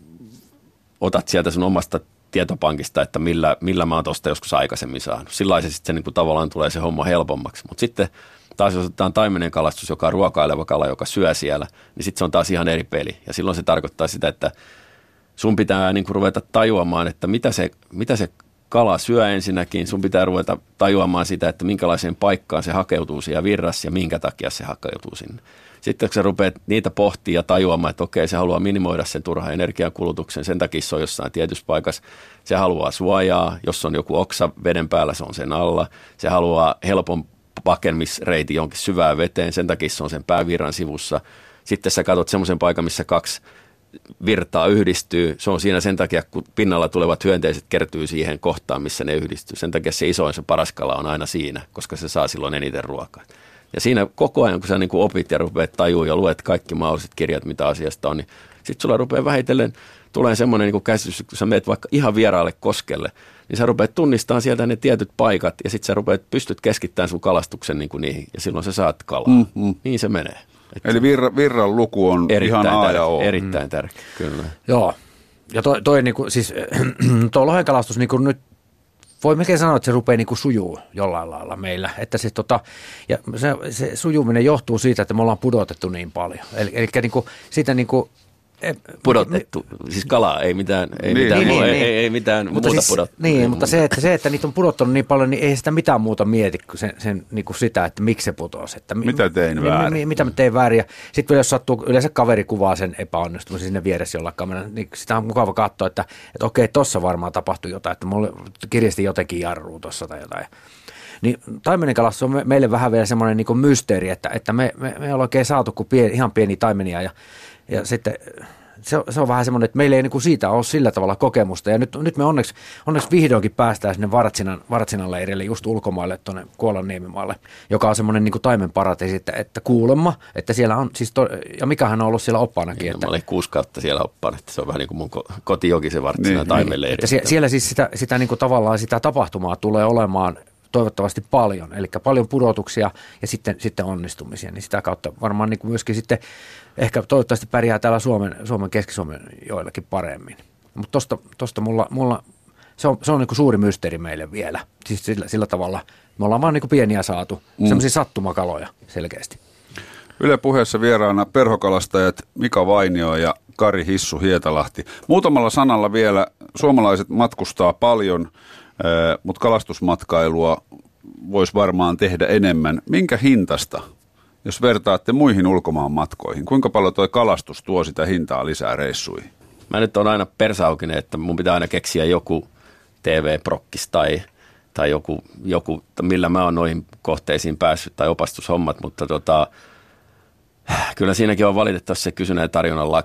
otat sieltä sun omasta tietopankista, että millä, millä mä oon tuosta joskus aikaisemmin saanut. Sillä se sitten niin kuin tavallaan tulee se homma helpommaksi, mutta sitten taas jos otetaan taimenen kalastus, joka on ruokaileva kala, joka syö siellä, niin sitten se on taas ihan eri peli. Ja silloin se tarkoittaa sitä, että sun pitää niin kuin ruveta tajuamaan, että mitä se, mitä se kala syö ensinnäkin. Sun pitää ruveta tajuamaan sitä, että minkälaiseen paikkaan se hakeutuu siellä virrassa ja minkä takia se hakeutuu sinne. Sitten kun sä rupeat niitä pohtia ja tajuamaan, että okei, se haluaa minimoida sen turhan energiankulutuksen, sen takia se on jossain tietyssä paikassa. Se haluaa suojaa, jos on joku oksa veden päällä, se on sen alla. Se haluaa helpon pakenemisreiti jonkin syvään veteen, sen takia se on sen päävirran sivussa. Sitten sä katsot semmoisen paikan, missä kaksi virtaa yhdistyy. Se on siinä sen takia, kun pinnalla tulevat hyönteiset kertyy siihen kohtaan, missä ne yhdistyy. Sen takia se isoin, se paras kala on aina siinä, koska se saa silloin eniten ruokaa. Ja siinä koko ajan, kun sä niin kuin opit ja rupeat tajua ja luet kaikki mahdolliset kirjat, mitä asiasta on, niin sitten sulla rupeaa vähitellen, tulee semmoinen niin kuin käsitys, kun sä meet vaikka ihan vieraalle koskelle, niin sä rupeat tunnistamaan sieltä ne tietyt paikat ja sitten sä rupeat, pystyt keskittämään sun kalastuksen niin kuin niihin ja silloin sä saat kalaa. Mm, mm. Niin se menee. Että eli virra, virran luku on ihan A ja O. Erittäin mm. tärkeä, kyllä. Joo, ja toi, toi niin kuin, siis tuo lohenkalastus niin kuin nyt, voi melkein sanoa, että se rupeaa niin kuin sujuu jollain lailla meillä. Että se, tota, ja se, se sujuminen johtuu siitä, että me ollaan pudotettu niin paljon. Eli, eli niin kuin, siitä niin kuin, pudotettu, siis kalaa, ei mitään, ei niin, mitään, niin, niin, ei, niin. ei, ei mitään mutta muuta siis, pudottaa. Niin, ei mutta se että, se, että niitä on pudottanut niin paljon, niin ei sitä mitään muuta mieti kuin sen, sen, niin kuin sitä, että miksi se putosi. Että mitä tein mi, väärin? Mi, mitä mä tein väärin. Ja sitten jos sattuu, yleensä kaveri kuvaa sen epäonnistumisen sinne vieressä jollain kameralla, niin sitä on mukava katsoa, että, että okei, tossa varmaan tapahtui jotain, että mulle kirjasti jotenkin jarruu tuossa tai jotain. Niin taimenen kalastus on meille vähän vielä semmoinen niin kuin mysteeri, että, että me, me, me ollaan oikein saatu kuin pieni, ihan pieni taimenia ja, ja sitten se on, se on vähän semmoinen, että meillä ei niin sillä ole sillä tavalla kokemusta. Ja nyt, nyt me onneksi, onneksi vihdoinkin päästään sinne Vartsinan, Vartsinan leirille just ulkomaille tuonne Kuolanniemimaalle, joka on semmoinen niin taimen paratiisi, että, että kuulemma, että siellä on, siis to, ja mikähän on ollut siellä oppaanakin. Niin, että, mä olin kuusi kautta siellä oppaana, että se on vähän niin kuin mun kotijoki se Vartsinan niin, taimenleiri. Että siellä, siellä siis sitä, sitä niin kuin tavallaan sitä tapahtumaa tulee olemaan toivottavasti paljon, eli paljon pudotuksia ja sitten, sitten onnistumisia, niin sitä kautta varmaan niin kuin myöskin sitten ehkä toivottavasti pärjää täällä Suomen, Suomen Keski-Suomen joillakin paremmin. Mutta tosta, tosta mulla, mulla, se on, se on niin kuin suuri mysteeri meille vielä, siis sillä, sillä tavalla, me ollaan vaan niin kuin pieniä saatu, mm. sellaisia sattumakaloja selkeästi. Yle Puheessa vieraana perhokalastajat Mika Vainio ja Kari Hissu Hietalahti. Muutamalla sanalla vielä, suomalaiset matkustaa paljon, mutta kalastusmatkailua voisi varmaan tehdä enemmän. Minkä hintasta, jos vertaatte muihin ulkomaan matkoihin, kuinka paljon tuo kalastus tuo sitä hintaa lisää reissuihin? Mä nyt on aina persaukinen, että mun pitää aina keksiä joku T V-prokkis tai, tai joku, joku, millä mä oon noihin kohteisiin päässyt tai opastushommat, mutta tota, kyllä siinäkin on valitettavasti se kysynnän ja tarjonnan laki.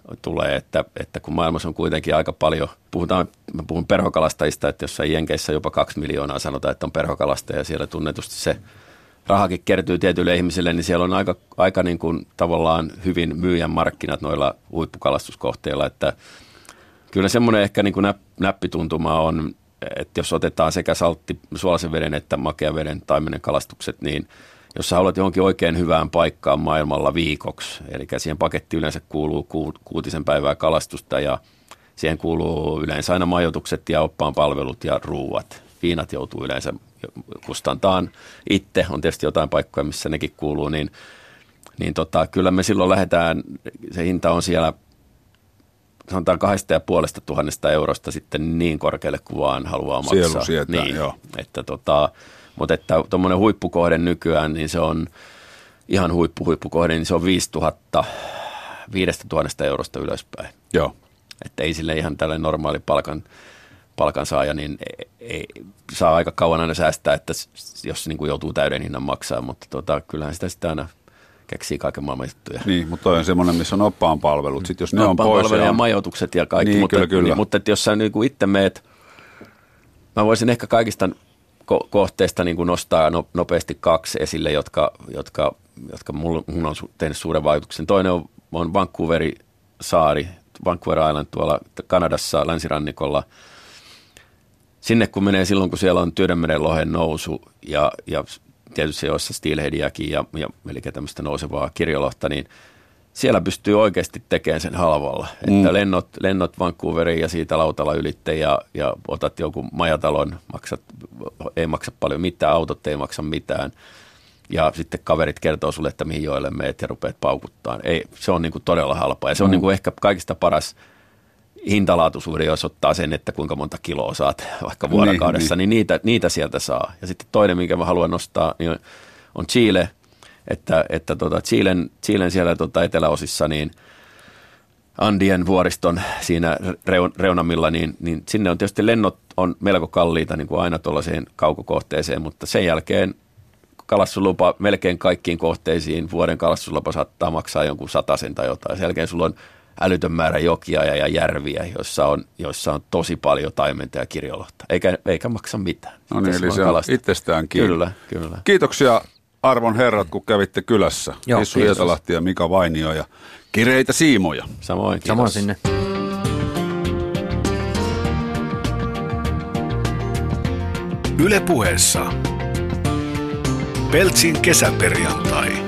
tulee, että, että kun maailmassa on kuitenkin aika paljon, puhutaan, mä puhun perhokalastajista, että jossain Jenkeissä jopa kaksi miljoonaa sanotaan, että on perhokalastajia ja siellä tunnetusti se rahakin kertyy tietyille ihmisille, niin siellä on aika, aika niin kuin tavallaan hyvin myyjän markkinat noilla huippukalastuskohteilla, että kyllä semmoinen ehkä niin kuin näppituntuma on, että jos otetaan sekä saltti, suolaisen veden että makean veden taimenen kalastukset, niin jos sä haluat johonkin oikein hyvään paikkaan maailmalla viikoksi, eli siihen pakettiin yleensä kuuluu ku, kuutisen päivää kalastusta ja siihen kuuluu yleensä aina majoitukset ja oppaan palvelut ja ruuat. Viinat joutuu yleensä kustantaan itse, on tietysti jotain paikkoja, missä nekin kuuluu, niin, niin tota, kyllä me silloin lähdetään, se hinta on siellä sanotaan kahdesta ja puolesta tuhannesta eurosta sitten niin korkealle kuin vaan haluaa maksaa. Sielu sietää, niin, joo. Että tota, mutta että tuommoinen huippukohde nykyään, niin se on ihan huippu huippukohde, niin se on viisituhatta, viidestätuhannesta eurosta ylöspäin. Joo. Että ei sille ihan tällainen normaali palkan, palkansaaja, niin ei, ei, saa aika kauan aina säästää, että jos niin kuin joutuu täyden hinnan maksaa, mutta tota, kyllähän sitä sitten aina keksii kaiken maailman juttuja. Niin, mutta toi on semmoinen, missä on oppaan palvelut. Sitten jos ne on pois. Ja, ja on majoitukset ja kaikki, niin, mutta, kyllä, kyllä. Niin, mutta että jos sä niin kuin itse meet, mä voisin ehkä kaikista ko- kohteista niin kuin nostaa no, nopeasti kaksi esille, jotka, jotka, jotka mulla, mulla on tehnyt suuren vaikutuksen. Toinen on, on Vancouveri saari, Vancouver Island tuolla Kanadassa länsirannikolla. Sinne kun menee silloin, kun siellä on Tyynemeren lohen nousu ja, ja tietysti joissa steelheadiäkin ja, ja eli tämmöistä nousevaa kirjolohta, niin siellä pystyy oikeasti tekemään sen halvalla. Mm. Että lennot, lennot Vancouveriin ja siitä lautalla ylitte ja, ja otat joku majatalon, maksat, ei maksa paljon mitään, autot ei maksa mitään. Ja sitten kaverit kertoo sulle, että mihin joille meet ja rupeat paukuttaan. Ei, se on niin kuin todella halpaa ja se on mm. niin kuin ehkä kaikista paras hintalaatuisuuden, jos ottaa sen, että kuinka monta kiloa saat vaikka vuorokaudessa, niin, niin. niin niitä, niitä sieltä saa. Ja sitten toinen, minkä mä haluan nostaa, niin on Chile, että, että tota Chilen, Chilen siellä tota eteläosissa, niin Andien vuoriston siinä reun, reunamilla, niin, niin sinne on tietysti lennot on melko kalliita, niin kuin aina tuollaiseen kaukokohteeseen, mutta sen jälkeen kalastuslupa melkein kaikkiin kohteisiin, vuoden kalastuslupa saattaa maksaa jonkun satasen tai jotain. Sen jälkeen sulla on älytön määrä jokia ja, ja järviä, joissa on, joissa on tosi paljon taimenta ja kirjolohta, eikä, eikä maksa mitään. No niin, eli se on itsestään kiinni. Kyllä, kyllä. Kiitoksia arvon herrat, kun kävitte kylässä. Joo, Hissu Hietalahti ja Mika Vainio ja kireitä siimoja. Samoin, kiitos. Samoin sinne. Yle Puheessa Peltsin kesäperjantai.